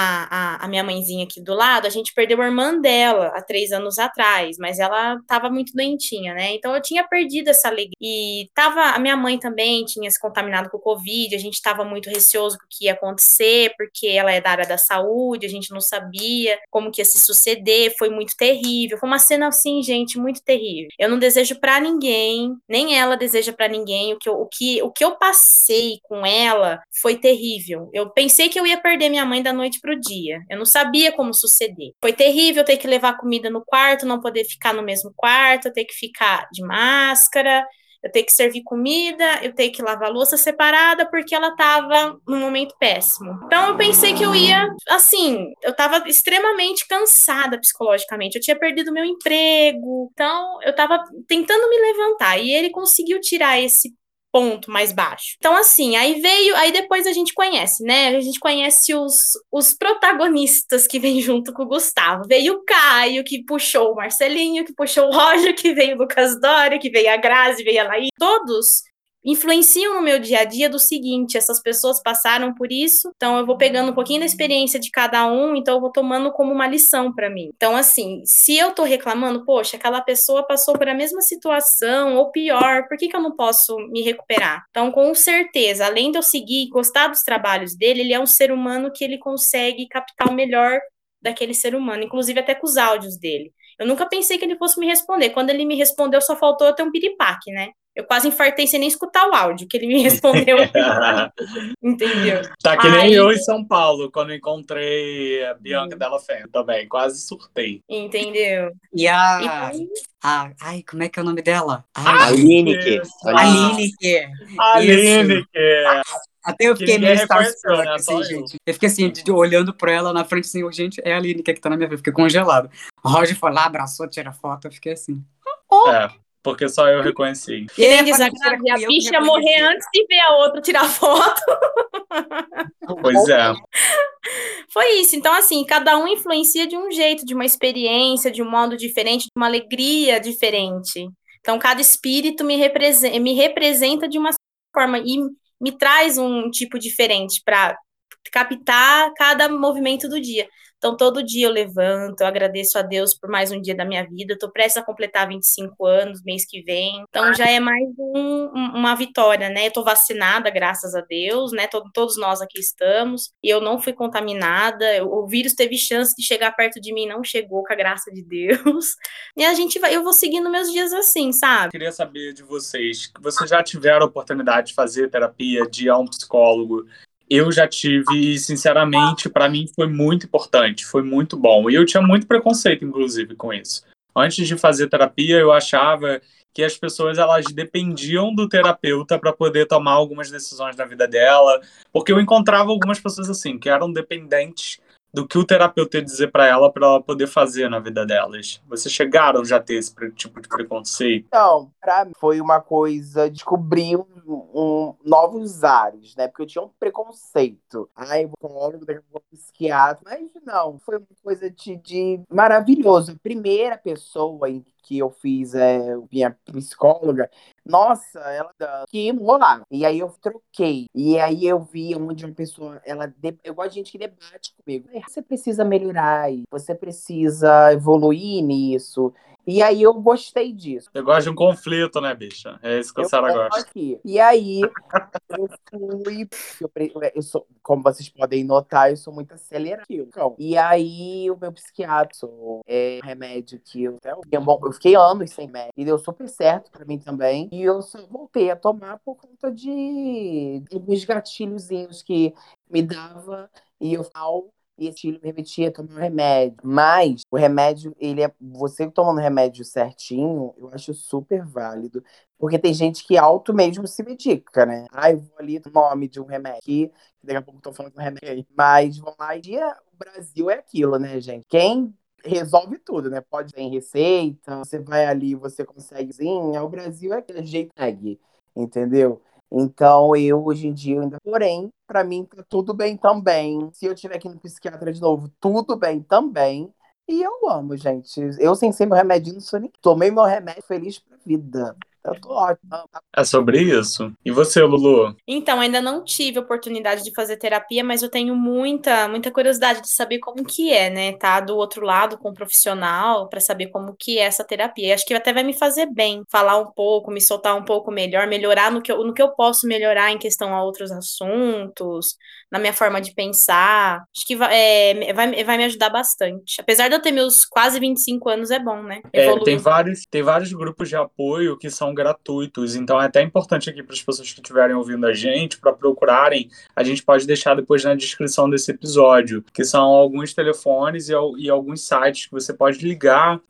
a minha mãezinha aqui do lado, a gente perdeu a irmã dela há 3 anos atrás, mas ela estava muito doentinha, né? Então eu tinha perdido essa alegria. E a minha mãe também tinha se contaminado com o Covid, a gente estava muito receoso com o que ia acontecer, porque ela é da área da saúde, a gente não sabia como que ia se suceder, foi muito terrível. Foi uma cena assim, gente, muito terrível. Eu não desejo para ninguém, nem ela deseja para ninguém. O que eu passei com ela foi terrível. Eu pensei que eu ia perder minha mãe da noite pro dia. Eu não sabia como suceder. Foi terrível ter que levar comida no quarto, não poder ficar no mesmo quarto, ter que ficar de máscara, eu ter que servir comida, eu ter que lavar a louça separada, porque ela tava num momento péssimo. Então eu pensei que eu ia, assim, eu tava extremamente cansada psicologicamente. Eu tinha perdido meu emprego, então eu tava tentando me levantar. E ele conseguiu tirar esse ponto mais baixo. Então, assim, aí depois a gente conhece, né? A gente conhece os protagonistas que vêm junto com o Gustavo. Veio o Caio, que puxou o Marcelinho, que puxou o Roger, que veio o Lucas Dória, que veio a Grazi, veio a Laís. Todos influenciam no meu dia a dia do seguinte: essas pessoas passaram por isso, então eu vou pegando um pouquinho da experiência de cada um, então eu vou tomando como uma lição para mim. Então, assim, se eu tô reclamando, poxa, aquela pessoa passou por a mesma situação, ou pior, por que eu não posso me recuperar? Então, com certeza, além de eu seguir e gostar dos trabalhos dele, ele é um ser humano que ele consegue captar o melhor daquele ser humano, inclusive até com os áudios dele. Eu nunca pensei que ele fosse me responder. Quando ele me respondeu, só faltou eu ter um piripaque, né? Eu quase infartei sem nem escutar o áudio que ele me respondeu. Entendeu? Tá que nem eu em São Paulo, quando encontrei a Bianca Della Fé também. Quase surtei. Entendeu? E ai, como é que é o nome dela? A Lineker. A Lineker. A Lineker. Até eu Que fiquei ninguém meio reconheceu, starstruck, né? Só assim, eu. gente. Eu fiquei assim, olhando pra ela na frente, assim, gente, é a Aline que tá na minha frente. Eu fiquei congelado. O Roger foi lá, abraçou, tira foto. Eu fiquei assim. É, porque só eu reconheci. Que nem E diz pra a mentira, Gabi, a fui eu que bicha morrer reconheci. antes de ver a outra tirar foto. Pois é. Foi isso. Então, assim, cada um influencia de um jeito, de uma experiência, de um modo diferente, de uma alegria diferente. Então, cada espírito me representa de uma forma e me traz um tipo diferente para captar cada movimento do dia. Então, todo dia eu levanto, eu agradeço a Deus por mais um dia da minha vida. Eu tô prestes a completar 25 anos, mês que vem. Então, já é mais uma vitória, né? Eu tô vacinada, graças a Deus, né? Todos nós aqui estamos. E eu não fui contaminada. O vírus teve chance de chegar perto de mim, não chegou, com a graça de Deus. E eu vou seguindo meus dias assim, sabe? Queria saber de vocês, vocês já tiveram a oportunidade de fazer terapia, de ir a um psicólogo? Eu já tive e, sinceramente, para mim foi muito importante, foi muito bom. E eu tinha muito preconceito, inclusive, com isso. Antes de fazer terapia, eu achava que as pessoas elas dependiam do terapeuta para poder tomar algumas decisões na vida dela, porque eu encontrava algumas pessoas assim, que eram dependentes do que o terapeuta ia dizer para ela poder fazer na vida delas. Vocês chegaram já a ter esse tipo de preconceito? Então, pra mim foi uma coisa, descobrir novos ares, né? Porque eu tinha um preconceito. Ai, eu vou psicólogo, daqui a pouco psiquiatra. Mas não, foi uma coisa de maravilhoso. A primeira pessoa em que eu fiz minha psicóloga, nossa, ela que não rolava. E aí eu troquei. E aí eu vi onde uma pessoa, eu gosto de gente que debate comigo. Você precisa melhorar, você precisa evoluir nisso. E aí eu gostei disso. Você gosta de um conflito, né, bicha? É isso que a Eu Sara gosto gosta. aqui. E aí eu fui. Eu sou, como vocês podem notar, eu sou muito acelerado. Então, e aí o meu psiquiatra, remédio que eu fiquei anos sem médico. E deu super certo pra mim também. E eu só voltei a tomar por conta de alguns gatilhozinhos que me dava. E eu e esse filho me remetia a tomar um remédio. Mas o remédio, você tomando o remédio certinho, eu acho super válido. Porque tem gente que auto mesmo se medica, né? Ah, eu vou ali no nome de um remédio aqui, daqui a pouco estão falando com remédio aí. Mas vão lá e o Brasil é aquilo, né, gente? Quem resolve tudo, né? Pode ter em receita, você vai ali, você consegue. Sim, o Brasil é aquele jeito, entendeu? Então, hoje em dia, porém, pra mim, tá tudo bem também. Se eu tiver aqui no psiquiatra de novo, tudo bem também. E eu amo, gente. Eu, sem ser meu remédio, não sou nem. Tomei meu remédio feliz pra vida. Eu tô ótima. É sobre isso. E você, Lulu? Então, ainda não tive oportunidade de fazer terapia, mas eu tenho muita curiosidade de saber como que é, né? Tá do outro lado com um profissional para saber como que é essa terapia. E acho que até vai me fazer bem falar um pouco, me soltar um pouco melhor, melhorar no que eu posso melhorar em questão a outros assuntos, na minha forma de pensar. Acho que vai me ajudar bastante. Apesar de eu ter meus quase 25 anos, é bom, né? Evoluir. Tem vários grupos de apoio que são gratuitos, então é até importante aqui para as pessoas que estiverem ouvindo a gente, para procurarem, a gente pode deixar depois na descrição desse episódio, que são alguns telefones e alguns sites que você pode ligar,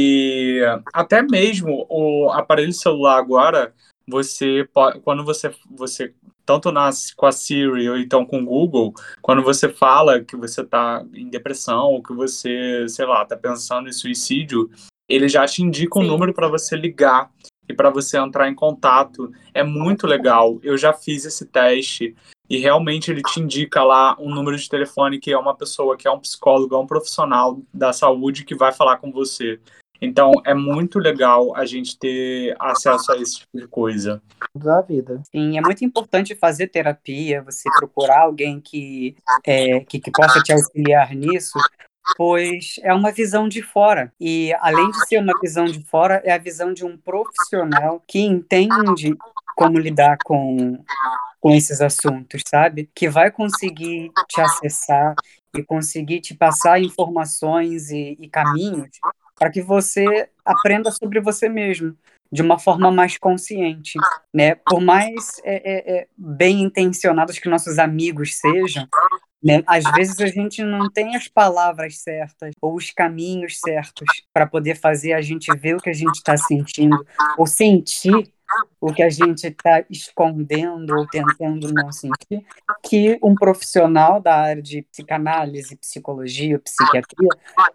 e até mesmo o aparelho celular agora, você pode, quando você tanto com a Siri ou então com o Google, quando você fala que você está em depressão ou que você, sei lá, está pensando em suicídio, ele já te indica um Sim. número para você ligar e para você entrar em contato. É muito legal. Eu já fiz esse teste e realmente ele te indica lá um número de telefone que é uma pessoa, que é um psicólogo, é um profissional da saúde que vai falar com você. Então, é muito legal a gente ter acesso a esse tipo de coisa. Da vida. Sim, é muito importante fazer terapia, você procurar alguém que possa te auxiliar nisso, pois é uma visão de fora. E, além de ser uma visão de fora, é a visão de um profissional que entende como lidar com esses assuntos, sabe? Que vai conseguir te acessar e conseguir te passar informações e caminhos para que você aprenda sobre você mesmo de uma forma mais consciente, né? Por mais bem intencionados que nossos amigos sejam, né? Às vezes a gente não tem as palavras certas ou os caminhos certos para poder fazer a gente ver o que a gente está sentindo ou sentir o que a gente está escondendo ou tentando não sentir, que um profissional da área de psicanálise, psicologia, psiquiatria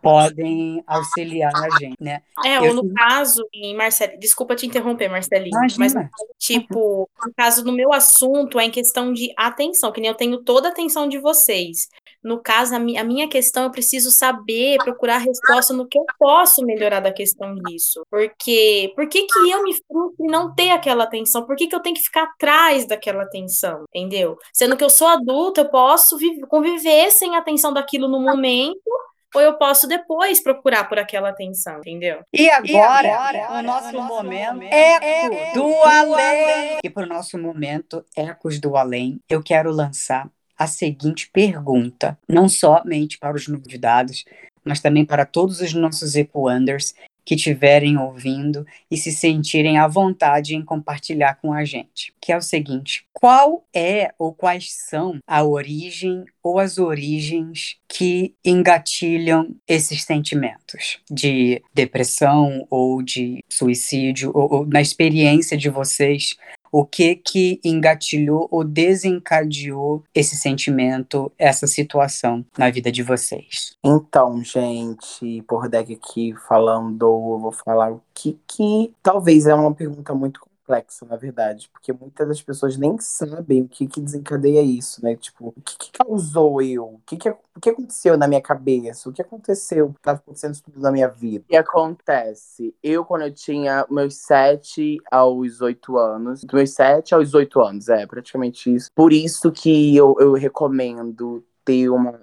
podem auxiliar a gente, né? Ou no caso, Marcelo, desculpa te interromper, Marcelinho, mas Imagina. tipo, no caso do meu assunto é em questão de atenção, que nem eu tenho toda a atenção de vocês. No caso, a minha questão, eu preciso saber, procurar resposta no que eu posso melhorar da questão disso. Porque por que eu me frustro em não ter aquela atenção? Por que eu tenho que ficar atrás daquela atenção? Entendeu? Sendo que eu sou adulta, eu posso conviver sem a atenção daquilo no momento, ou eu posso depois procurar por aquela atenção, entendeu? E agora o nosso momento Eco do Além. E para o nosso momento Ecos do Além, eu quero lançar a seguinte pergunta, não somente para os convidados, mas também para todos os nossos Ecoanders que estiverem ouvindo e se sentirem à vontade em compartilhar com a gente, que é o seguinte: qual é ou quais são a origem ou as origens que engatilham esses sentimentos de depressão ou de suicídio, ou na experiência de vocês, o que engatilhou ou desencadeou esse sentimento, essa situação na vida de vocês? Então, gente, por deck aqui falando, eu vou falar o que talvez é uma pergunta muito complexa, na verdade, porque muitas das pessoas nem sabem o que desencadeia isso, né? Tipo, o que causou eu? O que aconteceu na minha cabeça? O que aconteceu? O que estava acontecendo tudo na minha vida? O que acontece? Eu, quando eu tinha meus 7 aos 8 anos, dos meus 7 aos 8 anos, praticamente isso. Por isso que eu recomendo ter uma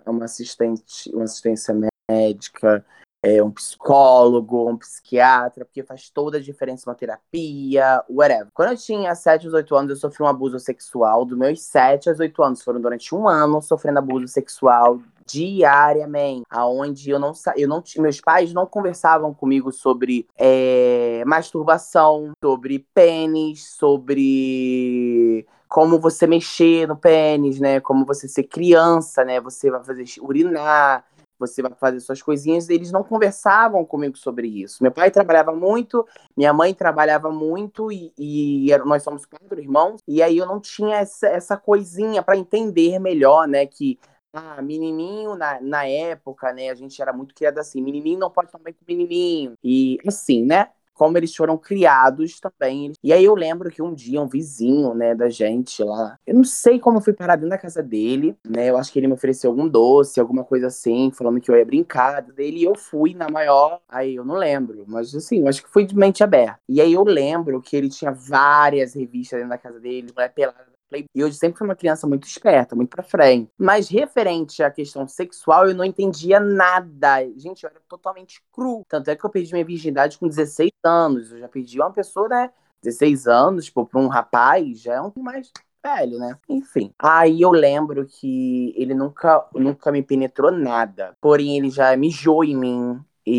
assistência médica, um psicólogo, um psiquiatra, porque faz toda a diferença, uma terapia, whatever. Quando eu tinha 7 aos 8 anos, eu sofri um abuso sexual. Dos meus 7 aos 8 anos, foram durante um ano sofrendo abuso sexual diariamente, aonde meus pais não conversavam comigo sobre masturbação, sobre pênis, sobre como você mexer no pênis, né? Como você ser criança, né? Você vai fazer urinar, você vai fazer suas coisinhas. Eles não conversavam comigo sobre isso. Meu pai trabalhava muito, minha mãe trabalhava muito nós somos 4 irmãos. E aí eu não tinha essa coisinha para entender melhor, né? Que menininho, na época, né? A gente era muito criado assim, menininho não pode tomar banho com menininho. E assim, né? Como eles foram criados também. E aí eu lembro que um dia um vizinho, né, da gente lá, eu não sei como eu fui parar dentro da casa dele, né, eu acho que ele me ofereceu algum doce, alguma coisa assim, falando que eu ia brincar dele, e eu fui na maior, aí eu não lembro, mas assim, eu acho que fui de mente aberta. E aí eu lembro que ele tinha várias revistas dentro da casa dele, mulher pelada, e eu sempre fui uma criança muito esperta, muito pra frente. Mas referente à questão sexual, eu não entendia nada. Gente, eu era totalmente cru. Tanto é que eu perdi minha virgindade com 16 anos. Eu já perdi uma pessoa, né? 16 anos, tipo, pra um rapaz, já é um pouco mais velho, né? Enfim. Aí eu lembro que ele nunca me penetrou nada. Porém, ele já mijou em mim.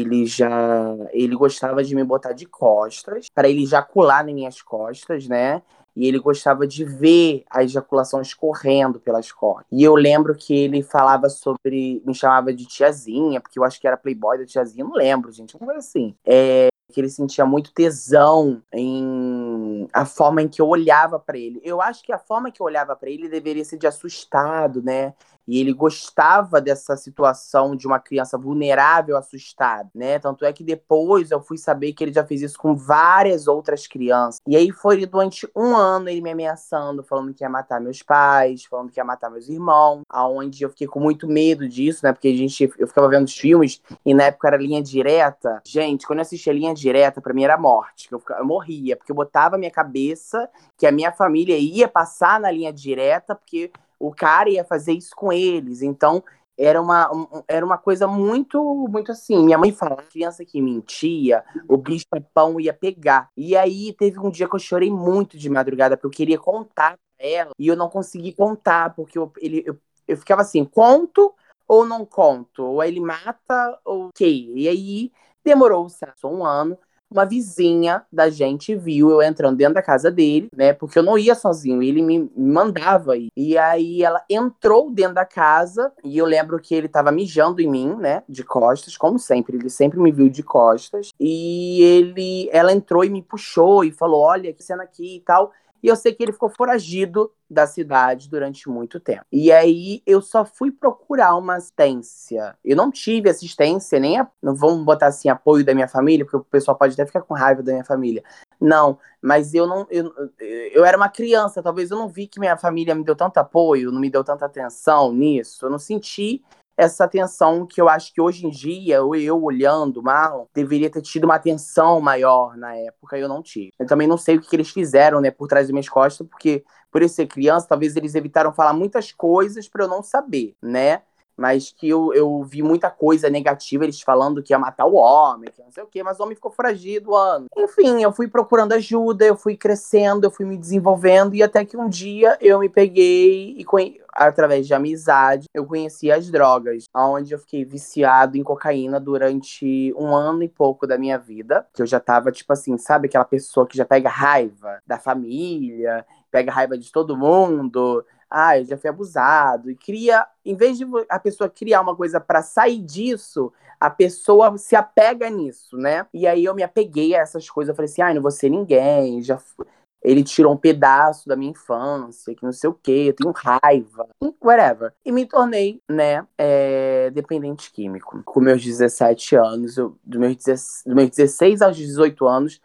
Ele gostava de me botar de costas, para ele ejacular nas minhas costas, né? E ele gostava de ver a ejaculação escorrendo pelas costas. E eu lembro que ele falava me chamava de tiazinha, porque eu acho que era playboy da tiazinha, não lembro, gente, uma coisa assim. Que ele sentia muito tesão em a forma em que eu olhava pra ele. Eu acho que a forma que eu olhava pra ele deveria ser de assustado, né? E ele gostava dessa situação de uma criança vulnerável, assustada, né? Tanto é que depois eu fui saber que ele já fez isso com várias outras crianças. E aí foi durante um ano ele me ameaçando, falando que ia matar meus pais, falando que ia matar meus irmãos, aonde eu fiquei com muito medo disso, né? Porque eu ficava vendo os filmes e na época era Linha Direta. Gente, quando eu assistia Linha Direta, pra mim era morte. Eu morria, porque eu botava a minha cabeça que a minha família ia passar na Linha Direta, porque o cara ia fazer isso com eles. Então, era uma coisa muito, muito assim. Minha mãe falava, criança que mentia, o bicho-papão ia pegar. E aí, teve um dia que eu chorei muito de madrugada, porque eu queria contar pra ela, e eu não consegui contar, porque eu ficava assim, conto ou não conto? Ou ele mata, ou o quê? E aí, demorou só um ano, uma vizinha da gente viu eu entrando dentro da casa dele, né? Porque eu não ia sozinho, ele me mandava ir. E aí ela entrou dentro da casa e eu lembro que ele tava mijando em mim, né? De costas, como sempre. Ele sempre me viu de costas. E ela entrou e me puxou e falou: olha, que cena aqui e tal. E eu sei que ele ficou foragido da cidade durante muito tempo. E aí eu só fui procurar uma assistência. Eu não tive assistência, não vamos botar assim, apoio da minha família, porque o pessoal pode até ficar com raiva da minha família. Não, mas eu era uma criança, talvez eu não vi que minha família me deu tanto apoio, não me deu tanta atenção nisso. Eu não senti essa atenção que eu acho que hoje em dia, eu olhando Marlon, deveria ter tido uma atenção maior na época, eu não tive. Eu também não sei o que eles fizeram, né, por trás das minhas costas, porque por eu ser criança, talvez eles evitaram falar muitas coisas para eu não saber, né? Mas que eu vi muita coisa negativa, eles falando que ia matar o homem, que não sei o quê, mas o homem ficou foragido, ano. Enfim, eu fui procurando ajuda, eu fui crescendo, eu fui me desenvolvendo, e até que um dia eu me peguei e através de amizade, eu conheci as drogas, onde eu fiquei viciado em cocaína durante 1 ano e pouco da minha vida, que eu já tava, tipo assim, sabe aquela pessoa que já pega raiva da família, pega raiva de todo mundo, eu já fui abusado, e em vez de a pessoa criar uma coisa para sair disso, a pessoa se apega nisso, né? E aí eu me apeguei a essas coisas, eu falei assim, não vou ser ninguém, ele tirou um pedaço da minha infância, que não sei o quê, eu tenho raiva, whatever. E me tornei, né, dependente químico. Com meus 17 anos, dos meus 16 aos 18 anos,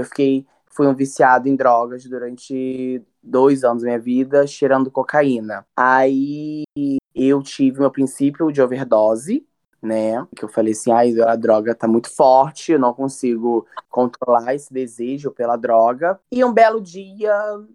fui um viciado em drogas durante 2 anos da minha vida, cheirando cocaína. Aí eu tive meu princípio de overdose, né? Que eu falei assim, a droga tá muito forte, eu não consigo controlar esse desejo pela droga. E um belo dia,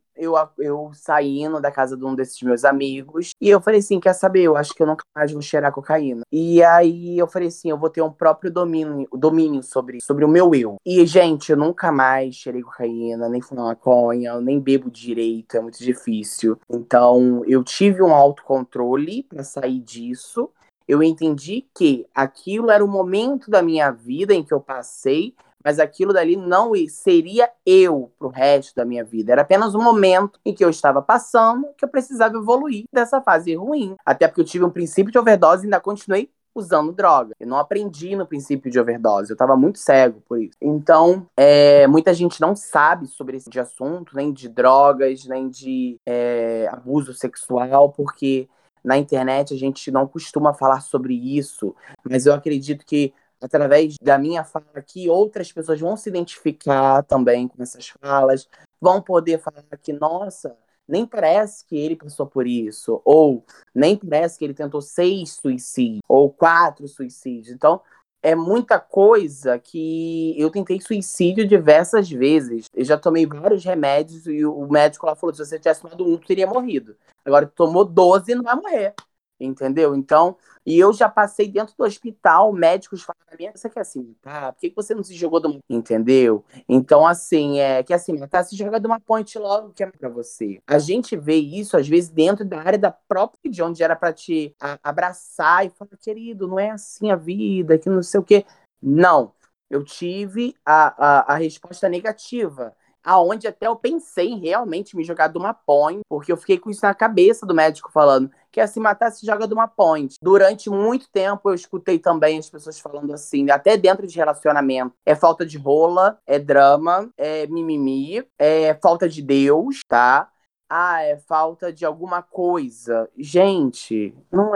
eu saindo da casa de um desses meus amigos, e eu falei assim, quer saber, eu acho que eu nunca mais vou cheirar cocaína. E aí eu falei assim, eu vou ter um próprio domínio sobre o meu eu. E, gente, eu nunca mais cheirei cocaína, nem fumei maconha, nem bebo direito, é muito difícil. Então, eu tive um autocontrole pra sair disso. Eu entendi que aquilo era o momento da minha vida em que eu passei, mas aquilo dali não seria eu pro resto da minha vida. Era apenas um momento em que eu estava passando, que eu precisava evoluir dessa fase ruim. Até porque eu tive um princípio de overdose e ainda continuei usando droga. Eu não aprendi no princípio de overdose. Eu estava muito cego por isso. Então, muita gente não sabe sobre esse assunto, nem de drogas, nem de abuso sexual, porque na internet a gente não costuma falar sobre isso, mas eu acredito que através da minha fala aqui, outras pessoas vão se identificar também com essas falas, vão poder falar que, nossa, nem parece que ele passou por isso, ou nem parece que ele tentou 6 suicídios, ou 4 suicídios. Então, é muita coisa que eu tentei suicídio diversas vezes. Eu já tomei vários remédios e o médico lá falou, se você tivesse tomado 1, tu teria morrido. Agora, tu tomou 12 e não vai morrer. Entendeu? Então, e eu já passei dentro do hospital, médicos falam pra mim, você quer se matar? Por que você não se jogou de uma... Entendeu? Então, assim, matar, se joga de uma ponte logo, que é pra você. A gente vê isso, às vezes, dentro da área da própria, de onde era pra te abraçar e falar, querido, não é assim a vida, que não sei o quê. Não. Eu tive a resposta negativa, aonde até eu pensei em realmente me jogar de uma ponte, porque eu fiquei com isso na cabeça do médico falando, quer se matar, se joga de uma ponte. Durante muito tempo eu escutei também as pessoas falando assim, até dentro de relacionamento, é falta de rola, é drama, é mimimi, é falta de Deus, tá? É falta de alguma coisa. Gente, não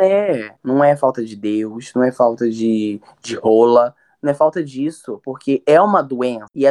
é falta de Deus, não é falta de rola, não é falta disso, porque é uma doença. E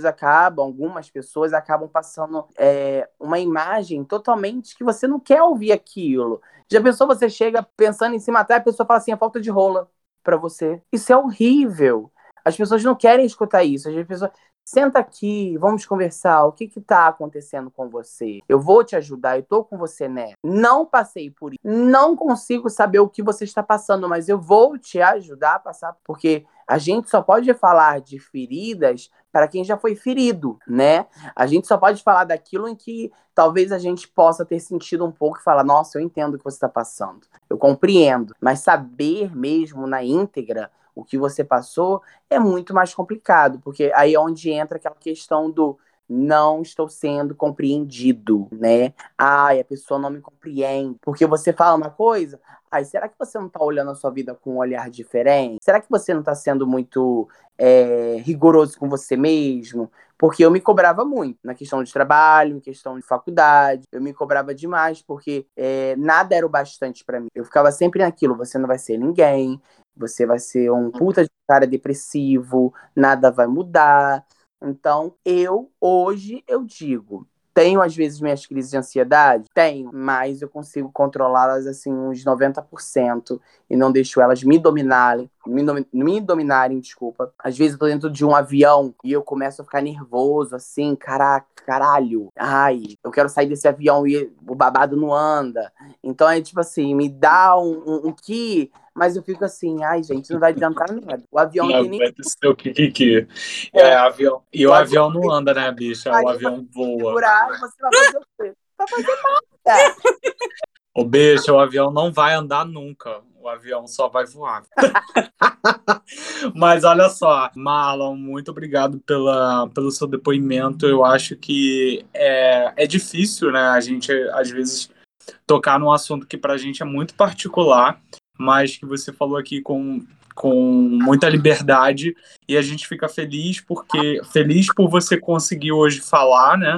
algumas pessoas acabam passando uma imagem totalmente que você não quer ouvir aquilo. Já pensou, você chega pensando em se matar, a pessoa fala assim, é falta de rola pra você. Isso é horrível. As pessoas não querem escutar isso. As pessoas, senta aqui, vamos conversar, o que tá acontecendo com você? Eu vou te ajudar, eu tô com você, né? Não passei por isso. Não consigo saber o que você está passando, mas eu vou te ajudar a passar, porque a gente só pode falar de feridas para quem já foi ferido, né? A gente só pode falar daquilo em que talvez a gente possa ter sentido um pouco e falar, nossa, eu entendo o que você está passando, eu compreendo. Mas saber mesmo na íntegra o que você passou, é muito mais complicado, porque aí é onde entra aquela questão do não estou sendo compreendido, né? Ai, a pessoa não me compreende. Porque você fala uma coisa, ai, será que você não está olhando a sua vida com um olhar diferente? Será que você não está sendo muito rigoroso com você mesmo? Porque eu me cobrava muito na questão de trabalho, em questão de faculdade. Eu me cobrava demais, porque nada era o bastante para mim. Eu ficava sempre naquilo, você não vai ser ninguém, você vai ser um puta de cara depressivo, nada vai mudar. Então, hoje, eu digo, tenho às vezes minhas crises de ansiedade? Tenho, mas eu consigo controlá-las assim uns 90% e não deixo elas me dominarem, me dominarem, desculpa. Às vezes eu tô dentro de um avião e eu começo a ficar nervoso, assim, caraca, caralho. Ai, eu quero sair desse avião e o babado não anda. Então é tipo assim, me dá um ki, mas eu fico assim, ai, gente, não vai adiantar nada. O avião não tem Não, nem. vai ter seu kikiki. É, Avião. E o avião não anda, né, bicha? O aí avião voa. segurar, você vai fazer o quê? Vai fazer nada. Ô, bicha, o avião não vai andar nunca. O avião só vai voar. Mas olha só, Marlon, muito obrigado pelo seu depoimento. Eu acho que é difícil, né, a gente, às vezes, tocar num assunto que pra gente é muito particular, mas que você falou aqui com muita liberdade, e a gente fica feliz por você conseguir hoje falar, né?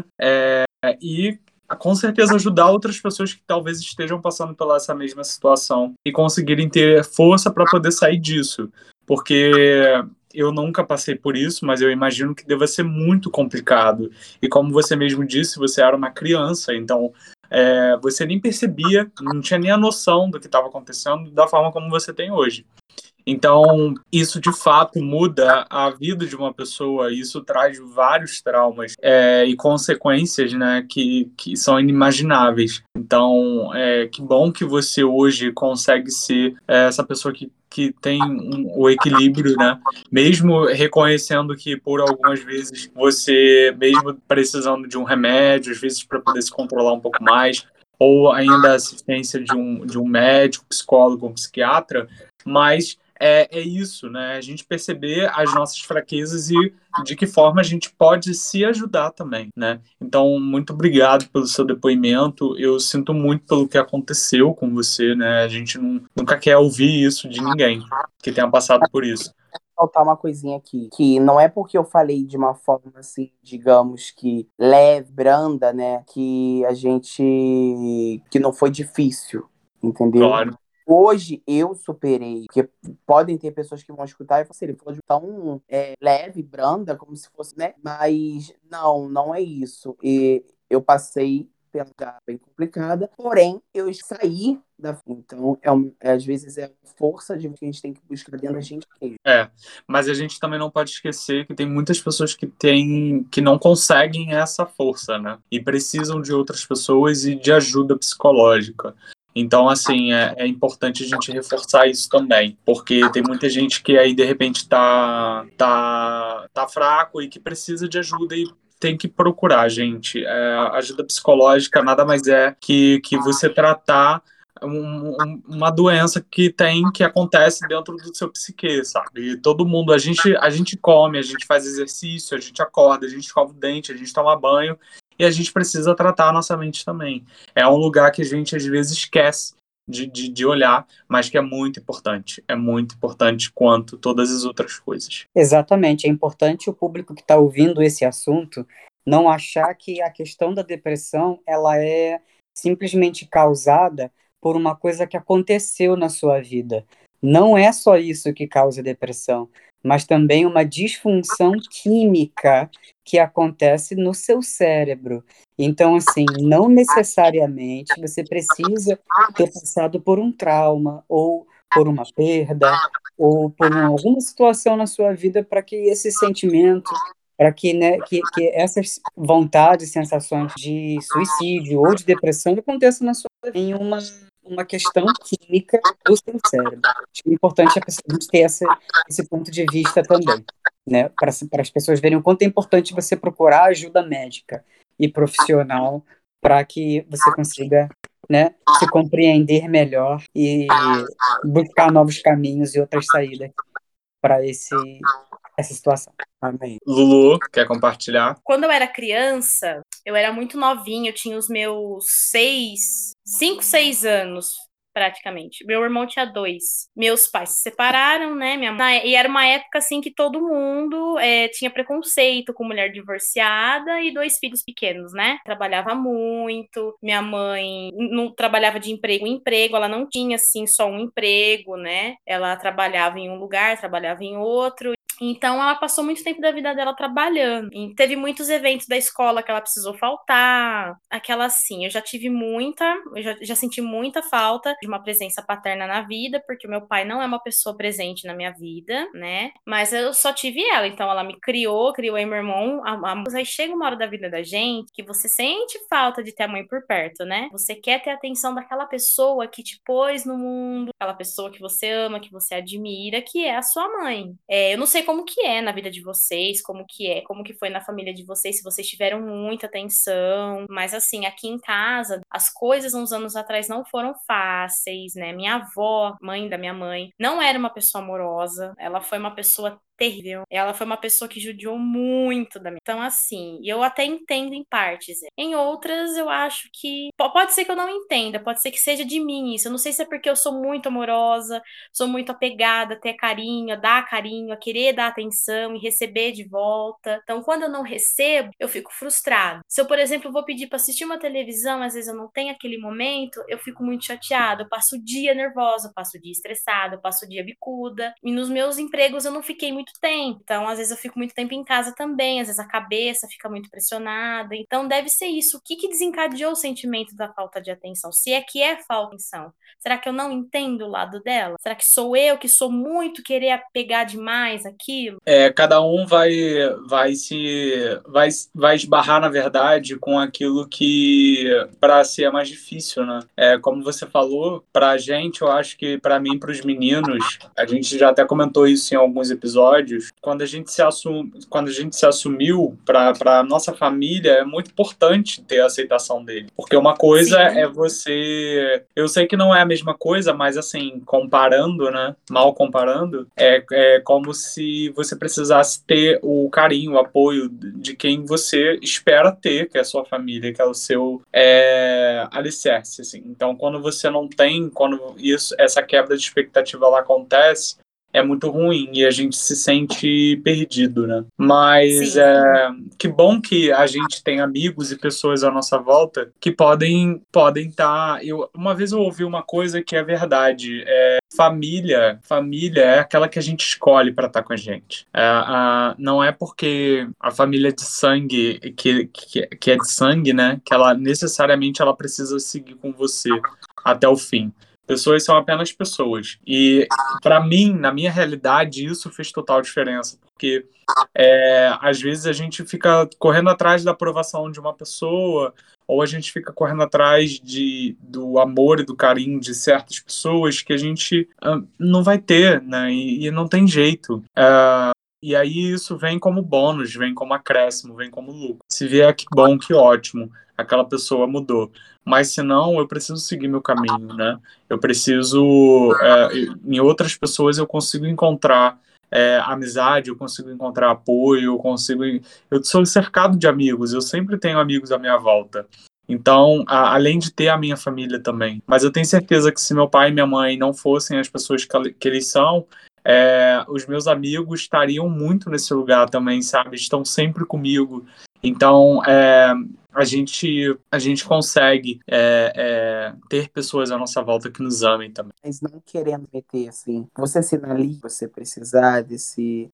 E com certeza ajudar outras pessoas que talvez estejam passando pela essa mesma situação e conseguirem ter força para poder sair disso. Porque eu nunca passei por isso, mas eu imagino que deva ser muito complicado. E como você mesmo disse, você era uma criança, então você nem percebia, não tinha nem a noção do que estava acontecendo da forma como você tem hoje. Então, isso de fato muda a vida de uma pessoa, isso traz vários traumas e consequências, né, que são inimagináveis. Então, que bom que você hoje consegue ser essa pessoa que tem o equilíbrio, né? Mesmo reconhecendo que por algumas vezes você, mesmo precisando de um remédio, às vezes para poder se controlar um pouco mais, ou ainda a assistência de um médico, psicólogo, um psiquiatra, mas é isso, né? A gente perceber as nossas fraquezas e de que forma a gente pode se ajudar também, né? Então, muito obrigado pelo seu depoimento. Eu sinto muito pelo que aconteceu com você, né? A gente nunca quer ouvir isso de ninguém que tenha passado por isso. Faltar uma coisinha aqui, que não é porque eu falei de uma forma assim, digamos que leve, branda, né, que que não foi difícil, entendeu? Claro. Hoje eu superei, porque podem ter pessoas que vão escutar e falar assim, ele falou de tão leve, branda, como se fosse, né? Mas não é isso. E eu passei pela lugar bem complicada, porém eu saí da. Então, às vezes é a força de que a gente tem que buscar dentro da gente mesmo. Mas a gente também não pode esquecer que tem muitas pessoas que não conseguem essa força, né? E precisam de outras pessoas e de ajuda psicológica. Então, assim, é importante a gente reforçar isso também, porque tem muita gente que aí, de repente, tá fraco e que precisa de ajuda e tem que procurar, gente. Ajuda psicológica nada mais é que você tratar uma doença que acontece dentro do seu psique, sabe? E todo mundo, a gente come, a gente faz exercício, a gente acorda, a gente escova o dente, a gente toma banho, e a gente precisa tratar a nossa mente também. É um lugar que a gente às vezes esquece de olhar, mas que é muito importante quanto todas as outras coisas. Exatamente, é importante o público que está ouvindo esse assunto não achar que a questão da depressão ela é simplesmente causada por uma coisa que aconteceu na sua vida. Não é só isso que causa depressão, mas também uma disfunção química que acontece no seu cérebro. Então, assim, não necessariamente você precisa ter passado por um trauma, ou por uma perda, ou por alguma situação na sua vida para que esse sentimento, para que, né, que essas vontades, sensações de suicídio ou de depressão aconteçam na sua vida em uma questão química do seu cérebro. Acho que é importante a gente ter esse ponto de vista também, né? Para as pessoas verem o quanto é importante você procurar ajuda médica e profissional para que você consiga, né, se compreender melhor e buscar novos caminhos e outras saídas para essa situação. Amém. Lulu, quer compartilhar? Quando eu era criança, eu era muito novinha, eu tinha os meus 5, 6 anos, praticamente. Meu irmão tinha 2. Meus pais se separaram, né? E era uma época assim que todo mundo tinha preconceito com mulher divorciada e 2 filhos pequenos, né? Trabalhava muito. Minha mãe não trabalhava de emprego em emprego, ela não tinha assim só um emprego, né? Ela trabalhava em um lugar, trabalhava em outro. Então, ela passou muito tempo da vida dela trabalhando. E teve muitos eventos da escola que ela precisou faltar. Aquela assim, eu já senti muita falta de uma presença paterna na vida, porque o meu pai não é uma pessoa presente na minha vida, né? Mas eu só tive ela, então ela me criou aí meu irmão. Aí chega uma hora da vida da gente que você sente falta de ter a mãe por perto, né? Você quer ter a atenção daquela pessoa que te pôs no mundo, aquela pessoa que você ama, que você admira, que é a sua mãe. Eu não sei como que é na vida de vocês, como que foi na família de vocês, se vocês tiveram muita atenção, mas assim, aqui em casa, as coisas uns anos atrás não foram fáceis, né? Minha avó, mãe da minha mãe, não era uma pessoa amorosa, ela foi uma pessoa terrível. Ela foi uma pessoa que judiou muito da minha. Então, assim, eu até entendo em partes. Em outras, eu acho que. Pode ser que eu não entenda, pode ser que seja de mim isso. Eu não sei se é porque eu sou muito amorosa, sou muito apegada a ter carinho, a dar carinho, a querer dar atenção e receber de volta. Então, quando eu não recebo, eu fico frustrada. Se eu, por exemplo, vou pedir pra assistir uma televisão, às vezes eu não tenho aquele momento, eu fico muito chateada. Eu passo o dia nervosa, eu passo o dia estressada, eu passo o dia bicuda. E nos meus empregos eu não fiquei muito tempo. Então, às vezes eu fico muito tempo em casa também, às vezes a cabeça fica muito pressionada. Então, deve ser isso. O que desencadeou o sentimento da falta de atenção? Se é que é falta de atenção, será que eu não entendo o lado dela? Será que sou eu que sou muito querer apegar demais aquilo? Cada um vai esbarrar, na verdade, com aquilo que para si é mais difícil, né? Como você falou, pra gente, eu acho que pra mim, pros meninos, a gente já até comentou isso em alguns episódios, quando a gente se assumiu pra nossa família, é muito importante ter a aceitação dele. Porque uma coisa Sim. é você... Eu sei que não é a mesma coisa, mas assim, comparando, né? Mal comparando, é como se você precisasse ter o carinho, o apoio de quem você espera ter, que é a sua família, que é o seu alicerce, assim. Então, quando você não tem, quando essa quebra de expectativa lá acontece, é muito ruim e a gente se sente perdido, né? Mas Sim. que bom que a gente tem amigos e pessoas à nossa volta que podem estar... Uma vez eu ouvi uma coisa que é verdade. Família é aquela que a gente escolhe para estar com a gente. Não é porque a família de sangue, que é de sangue, né? Que ela necessariamente ela precisa seguir com você até o fim. Pessoas são apenas pessoas. E, para mim, na minha realidade, isso fez total diferença. Porque, às vezes, a gente fica correndo atrás da aprovação de uma pessoa, ou a gente fica correndo atrás do amor e do carinho de certas pessoas que a gente não vai ter, né? E não tem jeito. E aí isso vem como bônus, vem como acréscimo, vem como lucro. Se vier, que bom, que ótimo, aquela pessoa mudou. Mas se não, eu preciso seguir meu caminho, né? Eu preciso... em outras pessoas eu consigo encontrar amizade, eu consigo encontrar apoio, eu sou cercado de amigos, eu sempre tenho amigos à minha volta. Então, além de ter a minha família também. Mas eu tenho certeza que se meu pai e minha mãe não fossem as pessoas que eles são, os meus amigos estariam muito nesse lugar também, sabe? Estão sempre comigo. Então, a gente consegue ter pessoas à nossa volta que nos amem também. Mas não querendo meter assim, você sinaliza você precisar desse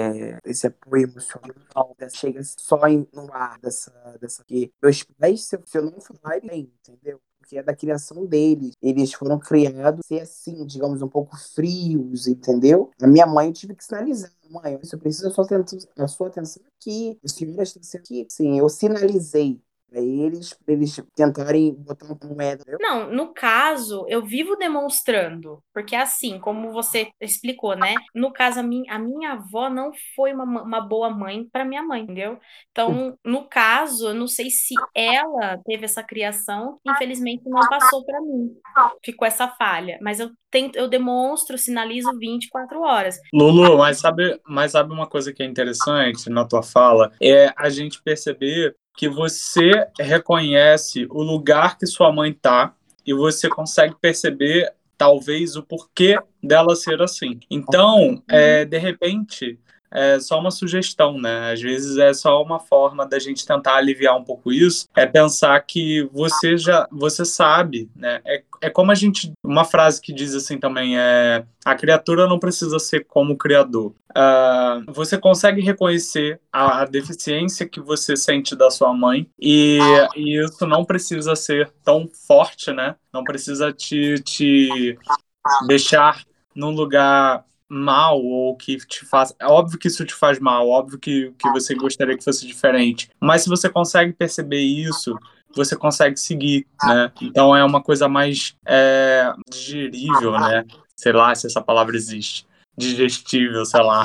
apoio emocional, chega só no ar dessa que meus pais, se eu não falar bem, entendeu? Porque é da criação deles. Eles foram criados ser assim, digamos, um pouco frios, entendeu? A minha mãe eu tive que sinalizar. Mãe, eu preciso da sua atenção aqui. A senhora está sendo aqui. Sim, eu sinalizei. pra eles tentarem botar uma moeda. Não, no caso, eu vivo demonstrando, porque assim, como você explicou, né? No caso, a minha avó não foi uma boa mãe para minha mãe, entendeu? Então, no caso, eu não sei se ela teve essa criação, que infelizmente não passou para mim. Ficou essa falha, mas eu demonstro, sinalizo 24 horas. Lulu, mas sabe uma coisa que é interessante na tua fala? É a gente perceber que você reconhece o lugar que sua mãe tá e você consegue perceber, talvez, o porquê dela ser assim. Então, de repente, é só uma sugestão, né? Às vezes é só uma forma da gente tentar aliviar um pouco isso, é pensar que você sabe, né? É como uma frase que diz assim também, a criatura não precisa ser como o criador. Você consegue reconhecer a deficiência que você sente da sua mãe e isso não precisa ser tão forte, né? Não precisa te deixar num lugar mal ou que te faz. É óbvio que isso te faz mal, óbvio que você gostaria que fosse diferente. Mas se você consegue perceber isso, você consegue seguir, né? Então é uma coisa mais digerível, né? Sei lá se essa palavra existe. Digestível, sei lá.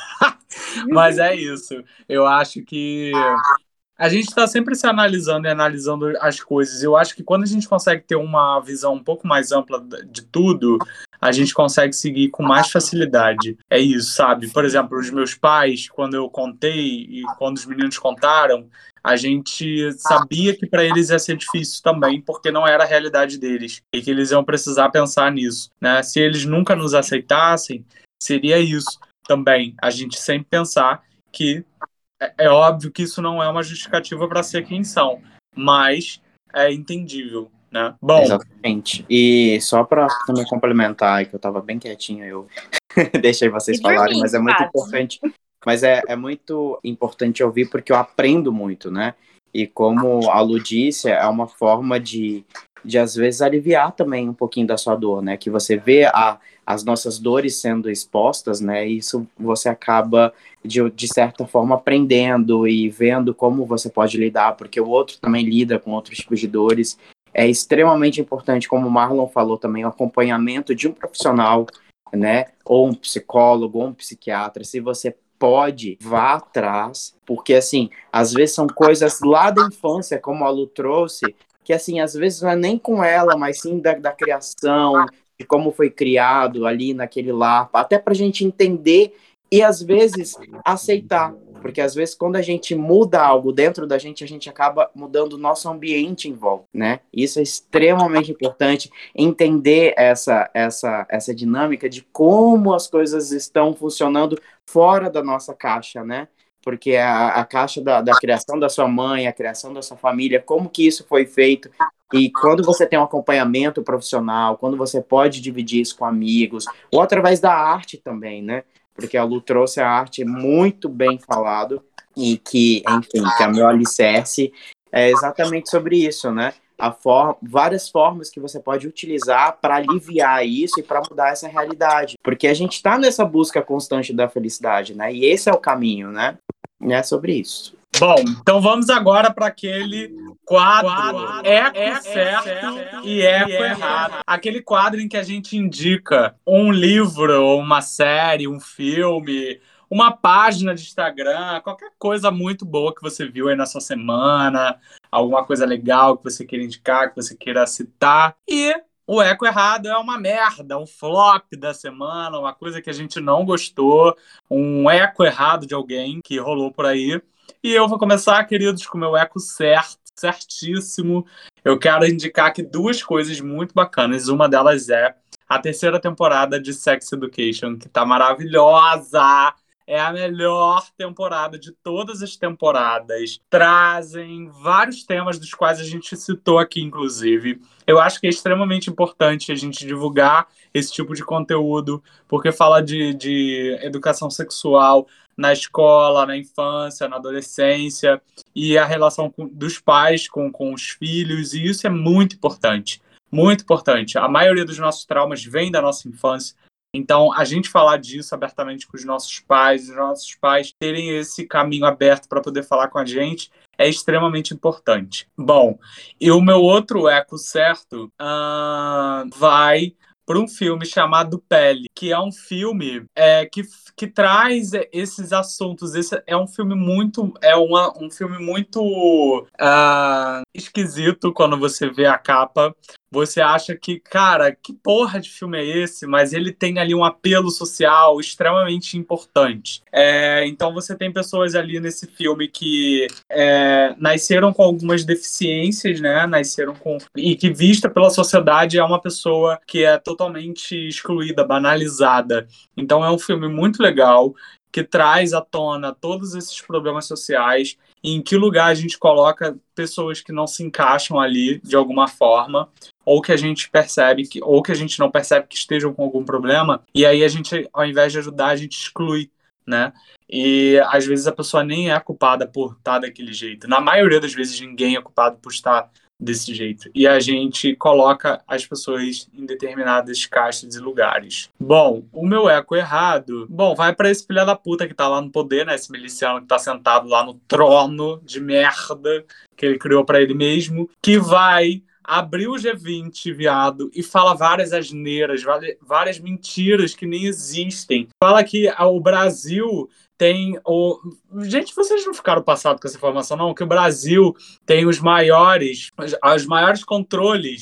Mas é isso. Eu acho que a gente está sempre se analisando e analisando as coisas. Eu acho que quando a gente consegue ter uma visão um pouco mais ampla de tudo, a gente consegue seguir com mais facilidade. É isso, sabe? Por exemplo, os meus pais, quando eu contei e quando os meninos contaram, a gente sabia que para eles ia ser difícil também, porque não era a realidade deles e que eles iam precisar pensar nisso, né? Se eles nunca nos aceitassem, seria isso também. A gente sempre pensar que é óbvio que isso não é uma justificativa para ser quem são, mas é entendível, né? Bom, Exatamente. E só para também complementar, que eu estava bem quietinho, eu deixei vocês E falarem, dormindo, mas é muito quase. importante. Mas é muito importante ouvir porque eu aprendo muito, né? E como a Lu disse, é uma forma de às vezes aliviar também um pouquinho da sua dor, né? Que você vê as nossas dores sendo expostas, né? E isso você acaba de certa forma aprendendo e vendo como você pode lidar, porque o outro também lida com outros tipos de dores. É extremamente importante, como o Marlon falou também, o acompanhamento de um profissional, né? Ou um psicólogo, ou um psiquiatra. Se você pode, vá atrás, porque assim, às vezes são coisas lá da infância, como a Lu trouxe, que assim, às vezes não é nem com ela, mas sim da criação, de como foi criado ali naquele lar, até pra gente entender e às vezes aceitar, porque às vezes quando a gente muda algo dentro da gente, a gente acaba mudando o nosso ambiente em volta, né? Isso é extremamente importante, entender essa dinâmica de como as coisas estão funcionando fora da nossa caixa, né? Porque a caixa da criação da sua mãe, a criação da sua família, como que isso foi feito, e quando você tem um acompanhamento profissional, quando você pode dividir isso com amigos, ou através da arte também, né? Porque a Lu trouxe a arte muito bem falado, e que, enfim, que é o meu alicerce é exatamente sobre isso, né? Várias formas que você pode utilizar para aliviar isso e para mudar essa realidade. Porque a gente está nessa busca constante da felicidade, né? E esse é o caminho, né? É sobre isso. Bom, então vamos agora para aquele quadro Eco Certo e Eco Errado. Aquele quadro em que a gente indica um livro, uma série, um filme, uma página de Instagram, qualquer coisa muito boa que você viu aí na sua semana, alguma coisa legal que você queira indicar, que você queira citar. E o Eco Errado é uma merda, um flop da semana, uma coisa que a gente não gostou, um eco errado de alguém que rolou por aí. E eu vou começar, queridos, com o meu eco certíssimo. Eu quero indicar aqui duas coisas muito bacanas. Uma delas é a terceira temporada de Sex Education, que tá maravilhosa. É a melhor temporada de todas as temporadas. Trazem vários temas dos quais a gente citou aqui, inclusive. Eu acho que é extremamente importante a gente divulgar esse tipo de conteúdo, porque fala de educação sexual na escola, na infância, na adolescência, e a relação dos pais com os filhos, e isso é muito importante. Muito importante. A maioria dos nossos traumas vem da nossa infância, Então, a gente falar disso abertamente com os nossos pais terem esse caminho aberto para poder falar com a gente é extremamente importante. Bom, e o meu outro eco certo vai para um filme chamado Pele, que é um filme que traz esses assuntos. Esse é um filme muito um filme muito esquisito quando você vê a capa. Você acha que, cara, que porra de filme é esse? Mas ele tem ali um apelo social extremamente importante. Então você tem pessoas ali nesse filme que nasceram com algumas deficiências, né? E que, vista pela sociedade, é uma pessoa que é totalmente excluída, banalizada. Então é um filme muito legal, que traz à tona todos esses problemas sociais, e em que lugar a gente coloca pessoas que não se encaixam ali de alguma forma, ou que a gente percebe ou que a gente não percebe que estejam com algum problema, e aí a gente, ao invés de ajudar, a gente exclui, né? E às vezes a pessoa nem é culpada por estar daquele jeito. Na maioria das vezes ninguém é culpado por estar desse jeito. E a gente coloca as pessoas em determinadas caixas e lugares. Bom, o meu eco errado, vai para esse filho da puta que tá lá no poder, né? Esse miliciano que tá sentado lá no trono de merda que ele criou para ele mesmo, que vai abrir o G20, viado, e fala várias asneiras, várias mentiras que nem existem. Fala que o Brasil tem Gente, vocês não ficaram passados com essa informação, não? Que o Brasil tem os maiores controles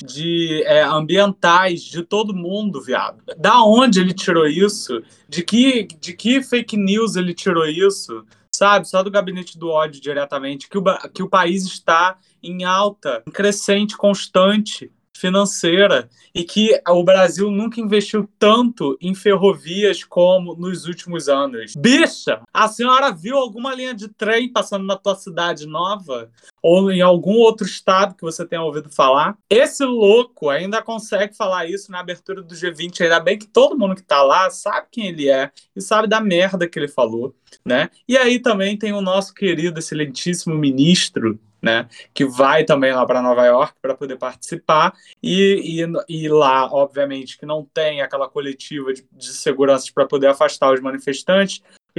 ambientais de todo mundo, viado. Da onde ele tirou isso? De que fake news ele tirou isso? Sabe? Só do gabinete do ódio diretamente. Que o país está em alta, em crescente constante financeira, e que o Brasil nunca investiu tanto em ferrovias como nos últimos anos. Bicha, a senhora viu alguma linha de trem passando na tua cidade nova? Ou em algum outro estado que você tenha ouvido falar? Esse louco ainda consegue falar isso na abertura do G20. Ainda bem que todo mundo que tá lá sabe quem ele é e sabe da merda que ele falou, né? E aí também tem o nosso querido, excelentíssimo ministro, né, que vai também lá para Nova York para poder participar, e lá, obviamente, que não tem aquela coletiva de segurança para poder afastar os manifestantes,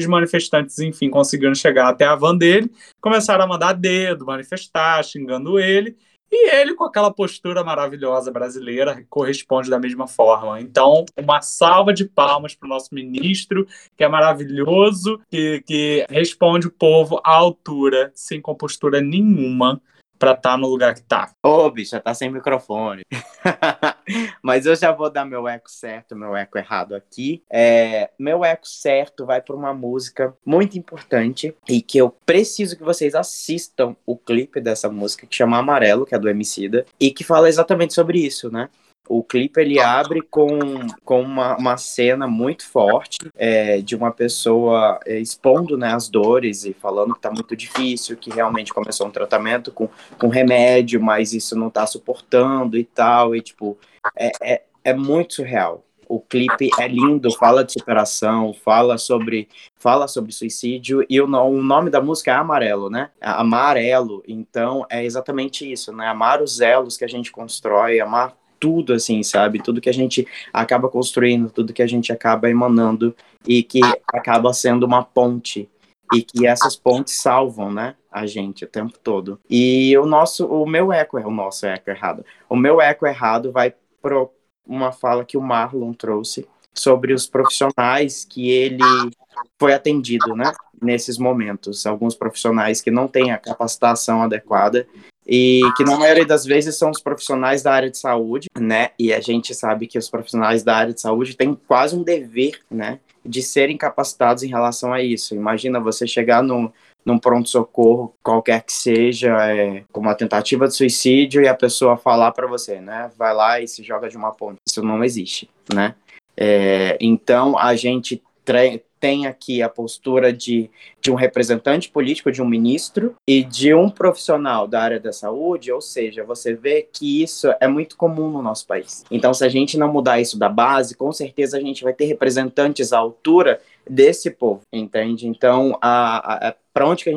enfim, conseguiram chegar até a van dele, começaram a mandar dedo, manifestar, xingando ele, e ele, com aquela postura maravilhosa brasileira, corresponde da mesma forma. Então, uma salva de palmas para o nosso ministro, que é maravilhoso, que responde o povo à altura, sem compostura nenhuma, para estar no lugar que está. Ô, bicha, tá sem microfone. Mas eu já vou dar meu eco certo, meu eco errado aqui. Meu eco certo vai para uma música muito importante e que eu preciso que vocês assistam o clipe dessa música, que chama Amarelo, que é do Emicida, e que fala exatamente sobre isso, né? O clipe, ele abre com uma cena muito forte de uma pessoa expondo, né, as dores e falando que tá muito difícil, que realmente começou um tratamento com remédio, mas isso não tá suportando e tal, e tipo, é muito surreal. O clipe é lindo, fala de superação, fala sobre suicídio, e o nome da música é Amarelo, né? Amarelo, então é exatamente isso, né? Amar os elos que a gente constrói, amar tudo, assim, sabe? Tudo que a gente acaba construindo, tudo que a gente acaba emanando e que acaba sendo uma ponte, e que essas pontes salvam, né, a gente o tempo todo. E o meu eco errado. O meu eco errado vai para uma fala que o Marlon trouxe sobre os profissionais que ele foi atendido, né, nesses momentos. Alguns profissionais que não têm a capacitação adequada e que na maioria das vezes são os profissionais da área de saúde, né, e a gente sabe que os profissionais da área de saúde têm quase um dever, né, de serem capacitados em relação a isso. Imagina você chegar num pronto-socorro, qualquer que seja, com uma tentativa de suicídio, e a pessoa falar para você, né, vai lá e se joga de uma ponte. Isso não existe, né? Então, a gente tem aqui a postura de um representante político, de um ministro e de um profissional da área da saúde, ou seja, você vê que isso é muito comum no nosso país. Então, se a gente não mudar isso da base, com certeza a gente vai ter representantes à altura desse povo, entende? Então, para onde que a gente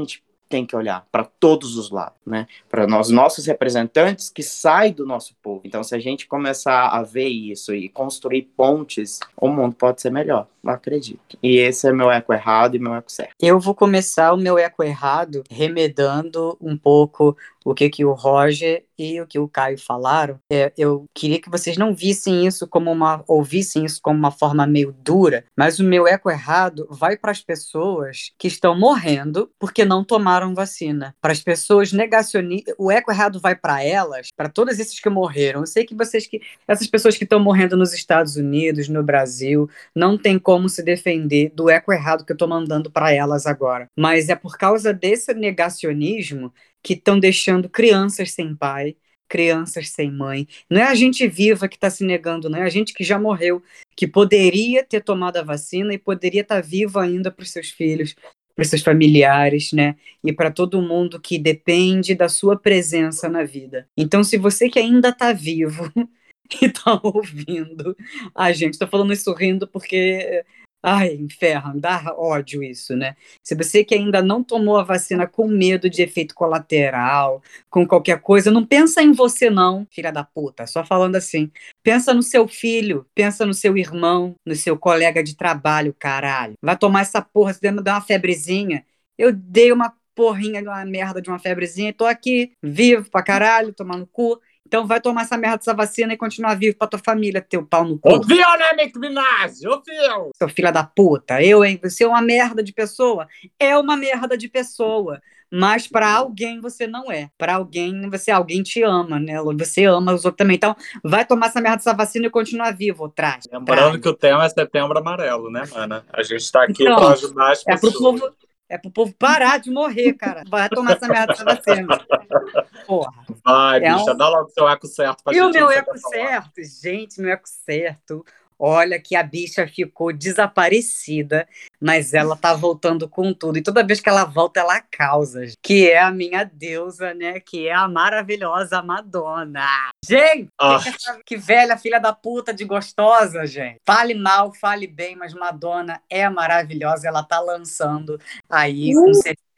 tem que olhar para todos os lados, né? Para nós, nossos representantes que saem do nosso povo. Então, se a gente começar a ver isso e construir pontes, o mundo pode ser melhor, eu acredito. E esse é meu eco errado e meu eco certo. Eu vou começar o meu eco errado remedando um pouco o que o Roger e o que o Caio falaram. Eu queria que vocês não vissem isso ouvissem isso como uma forma meio dura, mas o meu eco errado vai para as pessoas que estão morrendo porque não tomaram vacina. Para as pessoas negacionistas, o eco errado vai para elas, para todos esses que morreram. Eu sei que essas pessoas que estão morrendo nos Estados Unidos, no Brasil, não tem como se defender do eco errado que eu estou mandando para elas agora. Mas é por causa desse negacionismo que estão deixando crianças sem pai, crianças sem mãe. Não é a gente viva que está se negando, não é a gente que já morreu, que poderia ter tomado a vacina e poderia estar vivo ainda para os seus filhos, para os seus familiares, né? E para todo mundo que depende da sua presença na vida. Então, se você que ainda está vivo e está ouvindo a gente, estou falando isso rindo porque... Ai, inferno, dá ódio isso, né? Se você que ainda não tomou a vacina com medo de efeito colateral, com qualquer coisa, não pensa em você não, filha da puta, só falando assim. Pensa no seu filho, pensa no seu irmão, no seu colega de trabalho, caralho. Vai tomar essa porra, se der uma febrezinha. Eu dei uma porrinha de uma merda de uma febrezinha e tô aqui, vivo pra caralho, tomando cu. Então vai tomar essa merda dessa vacina e continuar vivo pra tua família, teu pau no cu. Ouviu, né, Nicki Minaj? Ouviu? Seu filho da puta. Eu, hein? Você é uma merda de pessoa? É uma merda de pessoa. Mas pra alguém você não é. Pra alguém, alguém te ama, né? Você ama os outros também. Então vai tomar essa merda dessa vacina e continuar vivo, traz. Lembrando que o tema é Setembro Amarelo, né, mana? A gente tá aqui Então, pra ajudar as pessoas. É pro povo parar de morrer, cara. Vai tomar essa merda dessa vacina. Porra. Vai, bicha, dá logo o seu eco certo pra gente. E o meu eco certo, gente, meu eco certo. Olha que a bicha ficou desaparecida, mas ela tá voltando com tudo. E toda vez que ela volta, ela causa. Que é a minha deusa, né? Que é a maravilhosa Madonna. Gente, que velha filha da puta de gostosa, gente. Fale mal, fale bem, mas Madonna é maravilhosa. Ela tá lançando aí com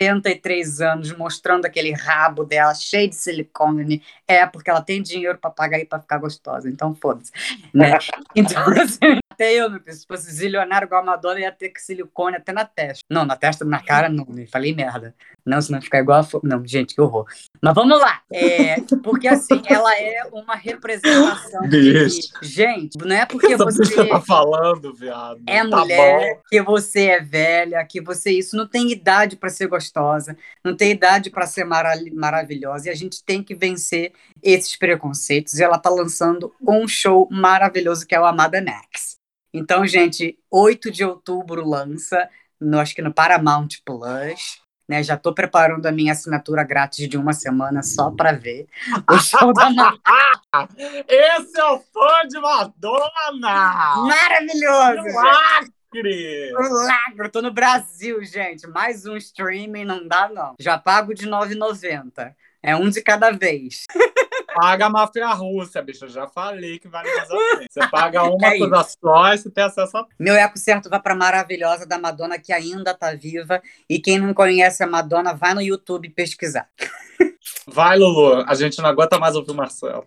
73 anos, mostrando aquele rabo dela cheio de silicone. É, porque ela tem dinheiro pra pagar aí pra ficar gostosa. Então, foda-se. Né? Então, até eu, se fosse zilionário igual a Madonna, ia ter silicone até na testa. Não, na testa, na cara, não. Nem falei merda. Não, senão ficar igual a... Não, gente, que horror. Mas vamos lá. Porque, assim, ela é uma representação de que, gente, não é porque você tá falando, viado. É mulher, que você é velha, que você... Isso não tem idade para ser gostosa, não tem idade para ser maravilhosa, e a gente tem que vencer esses preconceitos. E ela tá lançando um show maravilhoso que é o Amada Next. Então, gente, 8 de outubro lança, acho que no Paramount Plus, né? Já tô preparando a minha assinatura grátis de uma semana só para ver o show da Madonna. Esse é o fã de Madonna! Maravilhoso! Lacre! Tô no Brasil, gente. Mais um streaming, não dá, não. Já pago de R$ 9,90. É um de cada vez. Paga a máfia russa, bicho. Eu já falei que vale mais assim. Você paga uma coisa só e você tem acesso a... Meu eco certo vai pra maravilhosa da Madonna, que ainda tá viva. E quem não conhece a Madonna, vai no YouTube pesquisar. Vai, Lulu. A gente não aguenta mais ouvir o Marcelo.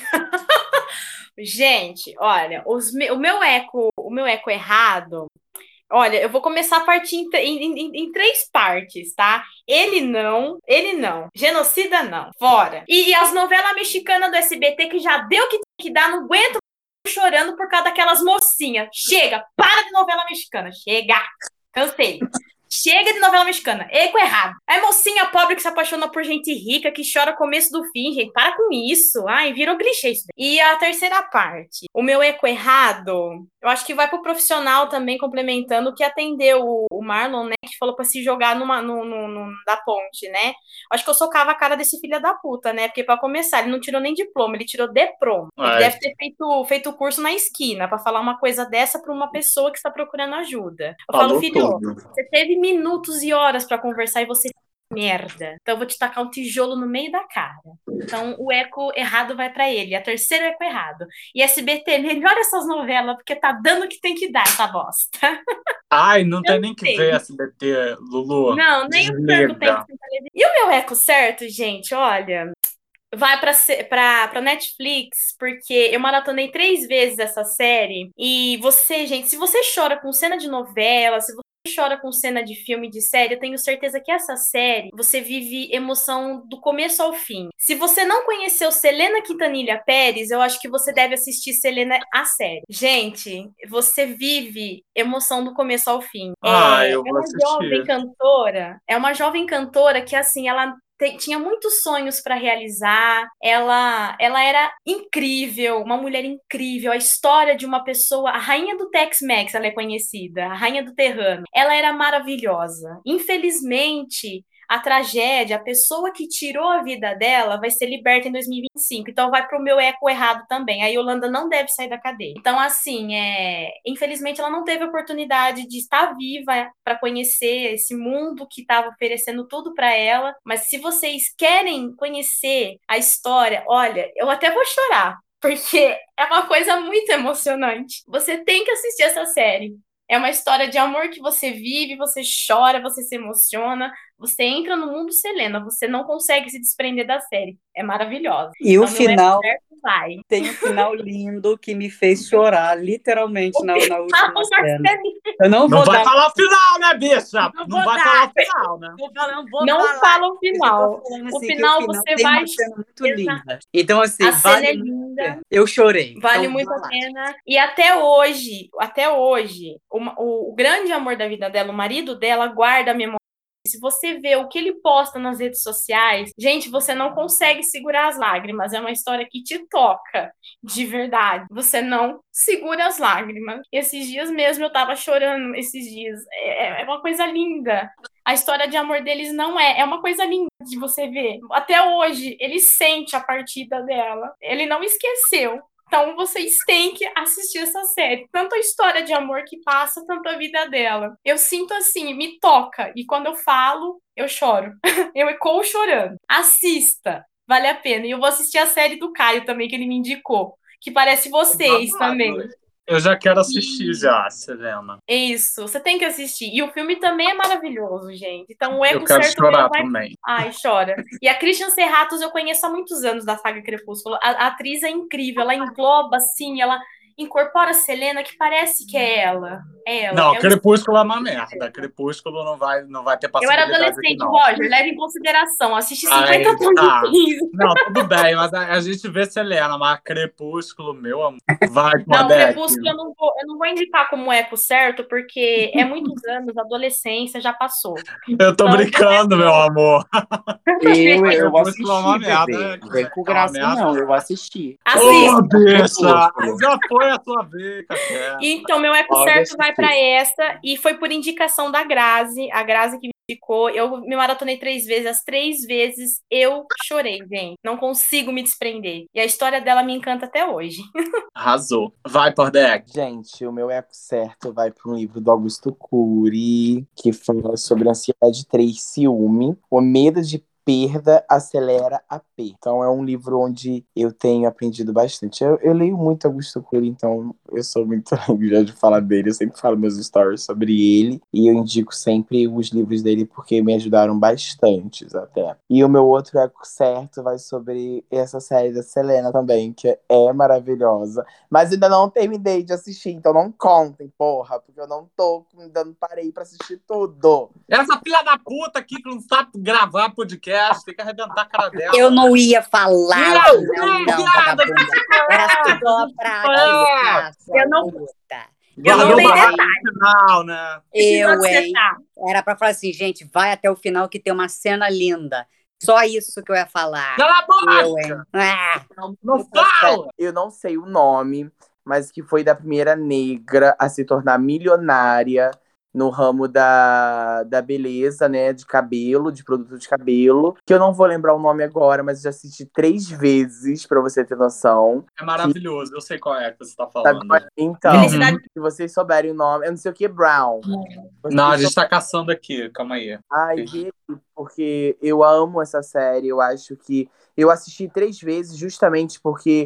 Gente, olha, o meu eco errado... Olha, eu vou começar a partir em 3 partes, tá? Ele não, genocida não, fora. E as novelas mexicanas do SBT que já deu que tem que dar, não aguento chorando por causa daquelas mocinhas. Chega, para de novela mexicana, chega, cansei. Chega de novela mexicana, eco errado. É mocinha pobre que se apaixona por gente rica, que chora começo do fim, gente, para com isso. Ai, virou clichê isso. E a terceira parte, o meu eco errado, eu acho que vai pro profissional também, complementando, que atendeu o Marlon, né, que falou pra se jogar da ponte, né. Acho que eu socava a cara desse filho da puta, né, porque pra começar, ele não tirou nem diploma, ele tirou diploma. Ele deve ter feito curso na esquina pra falar uma coisa dessa pra uma pessoa que está procurando ajuda. Eu falo, filho, você teve minutos e horas pra conversar e você merda. Então eu vou te tacar um tijolo no meio da cara. Então o eco errado vai pra ele. A terceira eco errado. E SBT, melhora essas novelas, porque tá dando o que tem que dar essa bosta. Ai, não tem Eu nem que sei. ver SBT, Lulu. Não, nem eu perco tempo Desliga. sem televisão. E o meu eco certo, gente, olha, vai pra Netflix, porque eu maratonei 3 vezes essa série. E você, gente, se você chora com cena de novela, se você chora com cena de filme, de série, eu tenho certeza que essa série, você vive emoção do começo ao fim. Se você não conheceu Selena Quintanilha Pérez, eu acho que você deve assistir Selena a série. Gente, você vive emoção do começo ao fim. Eu vou assistir. É uma jovem cantora que, assim, ela tinha muitos sonhos para realizar. Ela era incrível, uma mulher incrível. A história de uma pessoa, a rainha do Tex-Mex, ela é conhecida, a rainha do terrano. Ela era maravilhosa. Infelizmente, a tragédia, a pessoa que tirou a vida dela vai ser liberta em 2025. Então vai pro meu eco errado também. A Yolanda não deve sair da cadeia. Então, assim, infelizmente ela não teve a oportunidade de estar viva para conhecer esse mundo que estava oferecendo tudo para ela. Mas se vocês querem conhecer a história, olha, eu até vou chorar, porque é uma coisa muito emocionante. Você tem que assistir essa série. É uma história de amor que você vive, você chora, você se emociona, você entra no mundo Selena, você não consegue se desprender da série. É maravilhosa. E Então, o meu final certo vai. tem um final lindo que me fez chorar, literalmente, na última cena. Eu não Não vou vai dar. falar o final, né, bicha? Não Não vou vai dar. falar o final, né? Não falar. fala o Eu final. tô falando O assim, que final você tem vai. uma cena muito linda. Então, assim, A cena é vale muito a linda. pena. Eu chorei. Vale Então, muito vá a lá. pena. E até hoje, o grande amor da vida dela, o marido dela, guarda a memória. Se você vê o que ele posta nas redes sociais, gente, você não consegue segurar as lágrimas. É uma história que te toca, de verdade. Você não segura as lágrimas. Esses dias mesmo eu tava chorando, esses dias. É uma coisa linda. A história de amor deles não é uma coisa linda de você ver. Até hoje, ele sente a partida dela. Ele não esqueceu. Então, vocês têm que assistir essa série. Tanto a história de amor que passa, tanto a vida dela. Eu sinto assim, me toca. E quando eu falo, eu choro. Eu ecoo chorando. Assista. Vale a pena. E eu vou assistir a série do Caio também, que ele me indicou. Que parece vocês também. Eu já quero assistir já, Selena. Isso, você tem que assistir. E o filme também é maravilhoso, gente. Então o Eu eco quero certo chorar meu vai. também. Ai, chora. E a Christian Serratos eu conheço há muitos anos da saga Crepúsculo. A atriz é incrível, ela engloba assim, ela incorpora a Selena que parece que é ela. É ela. Não, Crepúsculo é uma merda. Crepúsculo não vai ter Eu era possibilidade aqui, adolescente, não. Roger, leve em consideração. Assisti 50 Ai, tons tá. de cinza. Não, tudo bem, mas a gente vê Selena, mas Crepúsculo, meu amor. Vai, Não, Modeste. Crepúsculo eu não vou indicar como eco certo, porque é muitos anos, a adolescência já passou. Eu tô Então, brincando, meu amor. Eu assisti, Crepúsculo é uma bebê. merda. Não vem com É uma graça, merda. não. Eu assisti. Assista. Ô, bicha! Crepúsculo. Já foi a sua vez, Café. Então, meu eco Pode certo assistir. vai para essa, e foi por indicação da Grazi, a Grazi que me indicou. Eu me maratonei 3 vezes, as 3 vezes eu chorei, gente. Não consigo me desprender. E a história dela me encanta até hoje. Arrasou. Vai, Pordec. Gente, o meu eco certo vai para um livro do Augusto Cury, que fala sobre ansiedade 3, ciúme, o medo de perda acelera a perda. Então é um livro onde eu tenho aprendido bastante. Eu leio muito Augusto Cury, então eu sou muito já de falar dele. Eu sempre falo meus stories sobre ele e eu indico sempre os livros dele porque me ajudaram bastante até. E o meu outro eco certo vai sobre essa série da Selena também, que é maravilhosa. Mas ainda não terminei de assistir, então não contem, porra, porque eu ainda não parei pra assistir tudo. Essa filha da puta aqui que não sabe gravar podcast, tem que arrebentar a cara dela. Eu não ia falar. Não, viada, vagabunda. Era só pra atiçar, sua Eu não- puta. Guardou dei uma detalhe. raiva no final, né? Eu, hein? Acertar. Era pra falar assim, gente, vai até o final que tem uma cena linda. Só isso que eu ia falar. Cala a boca! Eu, hein? Ah, Não fala! Eu não sei o nome, mas que foi da primeira negra a se tornar milionária no ramo da beleza, né? De cabelo, de produto de cabelo. Que eu não vou lembrar o nome agora, mas eu já assisti 3 vezes, pra você ter noção. É maravilhoso, eu sei qual é que você tá Sabe falando. qual é? Então, Felicidade. se vocês souberem o nome, eu não sei o que, Brown. Vocês Não, a gente tá caçando aqui, calma aí. Ai, vê, porque eu amo essa série. Eu acho que eu assisti 3 vezes justamente porque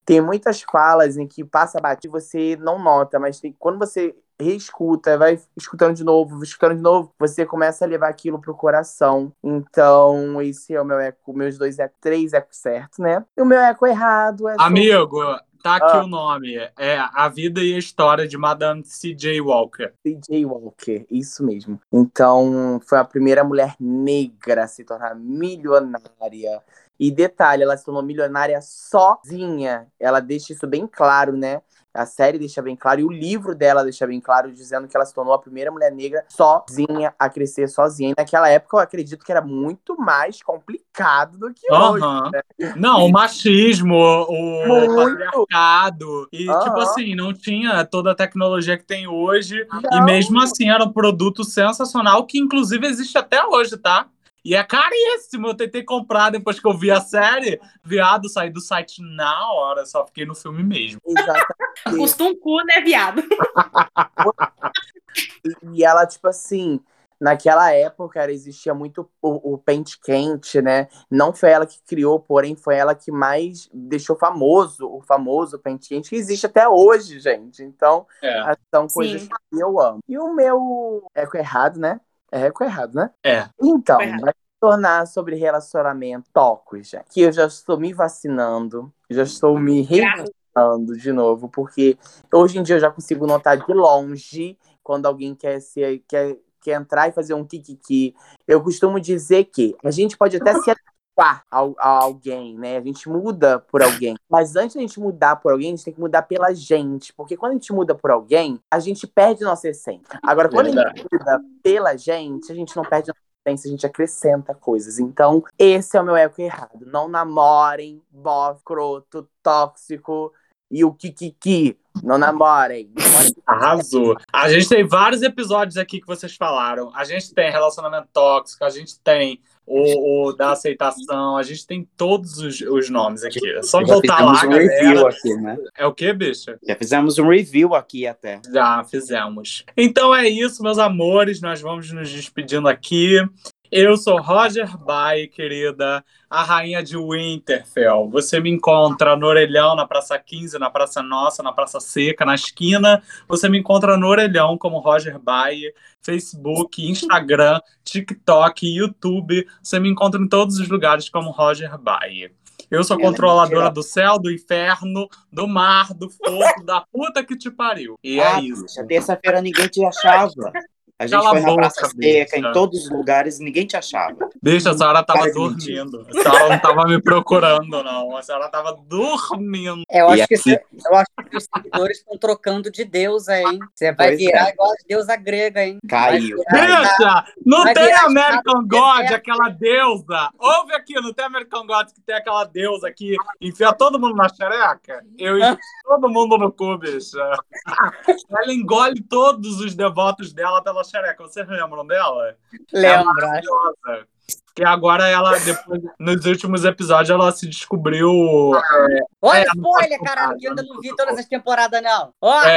tem muitas falas em que passa batido e você não nota, mas quando você reescuta, vai escutando de novo, você começa a levar aquilo pro coração. Então, esse é o meu eco, meus três ecos certos, né? E o meu eco errado é Amigo, tá aqui o nome. É A Vida e a História de Madame C.J. Walker. C.J. Walker, isso mesmo. Então, foi a primeira mulher negra a se tornar milionária. E detalhe, ela se tornou milionária sozinha. Ela deixa isso bem claro, né? A série deixa bem claro, e o livro dela deixa bem claro, dizendo que ela se tornou a primeira mulher negra sozinha, a crescer sozinha. E naquela época, eu acredito que era muito mais complicado do que hoje. Né? Não, o machismo, o patriarcado. E, tipo assim, não tinha toda a tecnologia que tem hoje. Não. E mesmo assim, era um produto sensacional, que inclusive existe até hoje, tá? E é caríssimo. Eu tentei comprar depois que eu vi a série. Viado, saí do site na hora. Só fiquei no filme mesmo. Exatamente. Custa um cu, né, viado? E ela, tipo assim, naquela época existia muito o pente quente, né? Não foi ela que criou, porém foi ela que mais deixou o famoso pente quente, que existe até hoje, gente. Então, são coisas que eu amo. E o meu eco errado, né? É eco errado, né? Então, vai se tornar sobre relacionamento tóxico, já. Que eu já estou me vacinando, já estou me revacinando de novo, porque hoje em dia eu já consigo notar de longe quando alguém quer entrar e fazer um kikiki. Eu costumo dizer que a gente pode até se adequar a alguém, né? A gente muda por alguém. Mas antes da gente mudar por alguém, a gente tem que mudar pela gente. Porque quando a gente muda por alguém, a gente perde nossa essência. Agora, quando a gente muda pela gente, a gente não perde nossa essência, a gente acrescenta coisas. Então, esse é o meu eco errado. Não namorem, bof, croto, tóxico e o kikiki. Não namorem. Arrasou. A gente tem vários episódios aqui que vocês falaram. A gente tem relacionamento tóxico, a gente tem o da aceitação, a gente tem todos os nomes aqui. É só voltar lá, galera. Review aqui, né? É o quê, bicha? Já fizemos um review aqui até. Já fizemos. Então é isso, meus amores. Nós vamos nos despedindo aqui. Eu sou Roger Bay, querida, a rainha de Winterfell. Você me encontra no Orelhão, na Praça 15, na Praça Nossa, na Praça Seca, na esquina. Você me encontra no Orelhão como Roger Bay, Facebook, Instagram, TikTok, YouTube. Você me encontra em todos os lugares como Roger Bay. Eu sou controladora do céu, do inferno, do mar, do fogo, da puta que te pariu. E é isso. Terça-feira ninguém te achava. A gente foi na Praça Seca, em todos os lugares, ninguém te achava. Bicha, a senhora tava dormindo. A senhora não tava me procurando, não. A senhora tava dormindo. Eu acho que os seguidores estão trocando de deusa, hein? Você vai virar igual a deusa grega, hein? Caiu. Bicha, não tem American God, aquela deusa. Ouve aqui, não tem American God que tem aquela deusa que enfia todo mundo na xereca? Eu enfio todo mundo no cu, bicha. Ela engole todos os devotos dela pela xereca. Vocês lembram dela? Lembro. Que agora ela, depois, nos últimos episódios, ela se descobriu... Olha, spoiler, caralho, que eu ainda não vi todas as temporadas, não.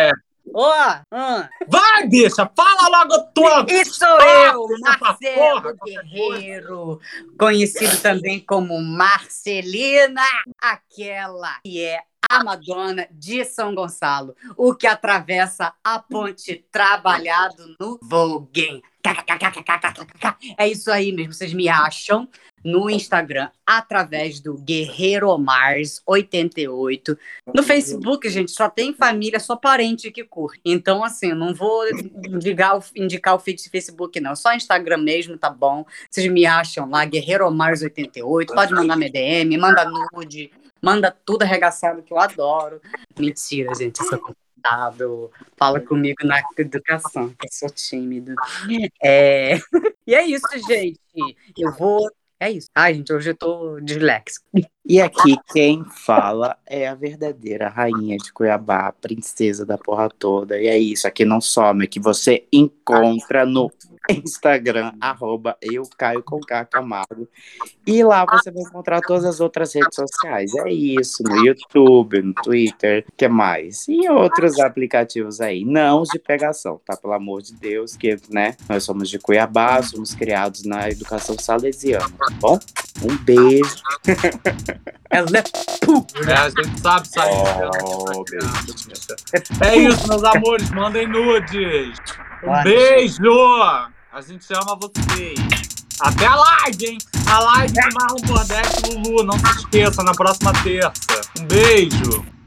Vai, bicha, fala logo tua... E sou eu, Marcelo Guerreiro, conhecido também como Marcelina, aquela que é a Madonna de São Gonçalo, o que atravessa a ponte trabalhado no Voguing. É isso aí mesmo, vocês me acham no Instagram através do GuerreiroMars88. No Facebook, gente, só tem família, só parente que curte. Então, assim, não vou indicar o feed de Facebook, não. Só Instagram mesmo, tá bom? Vocês me acham lá, GuerreiroMars88. Pode mandar minha DM, manda nude, manda tudo arregaçado que eu adoro. Mentira, gente, eu sou confortável. Fala comigo na educação, que eu sou tímido. E é isso, gente. É isso. Ai, gente, hoje eu tô disléxico. E aqui quem fala é a verdadeira rainha de Cuiabá, a princesa da porra toda. E é isso, aqui não some, que você encontra no Instagram, @eucaio_camargo. E lá você vai encontrar todas as outras redes sociais. É isso, no YouTube, no Twitter, o que mais? E outros aplicativos aí. Não os de pegação, tá? Pelo amor de Deus, que, né? Nós somos de Cuiabá, somos criados na educação salesiana, tá bom? Um beijo. Ela é A gente sabe sair. É isso, meus amores. Mandem nudes. Um beijo. A gente ama vocês. Até a live, hein? A live de Marlon Bordex e Lulu. Não se esqueça, na próxima terça. Um beijo.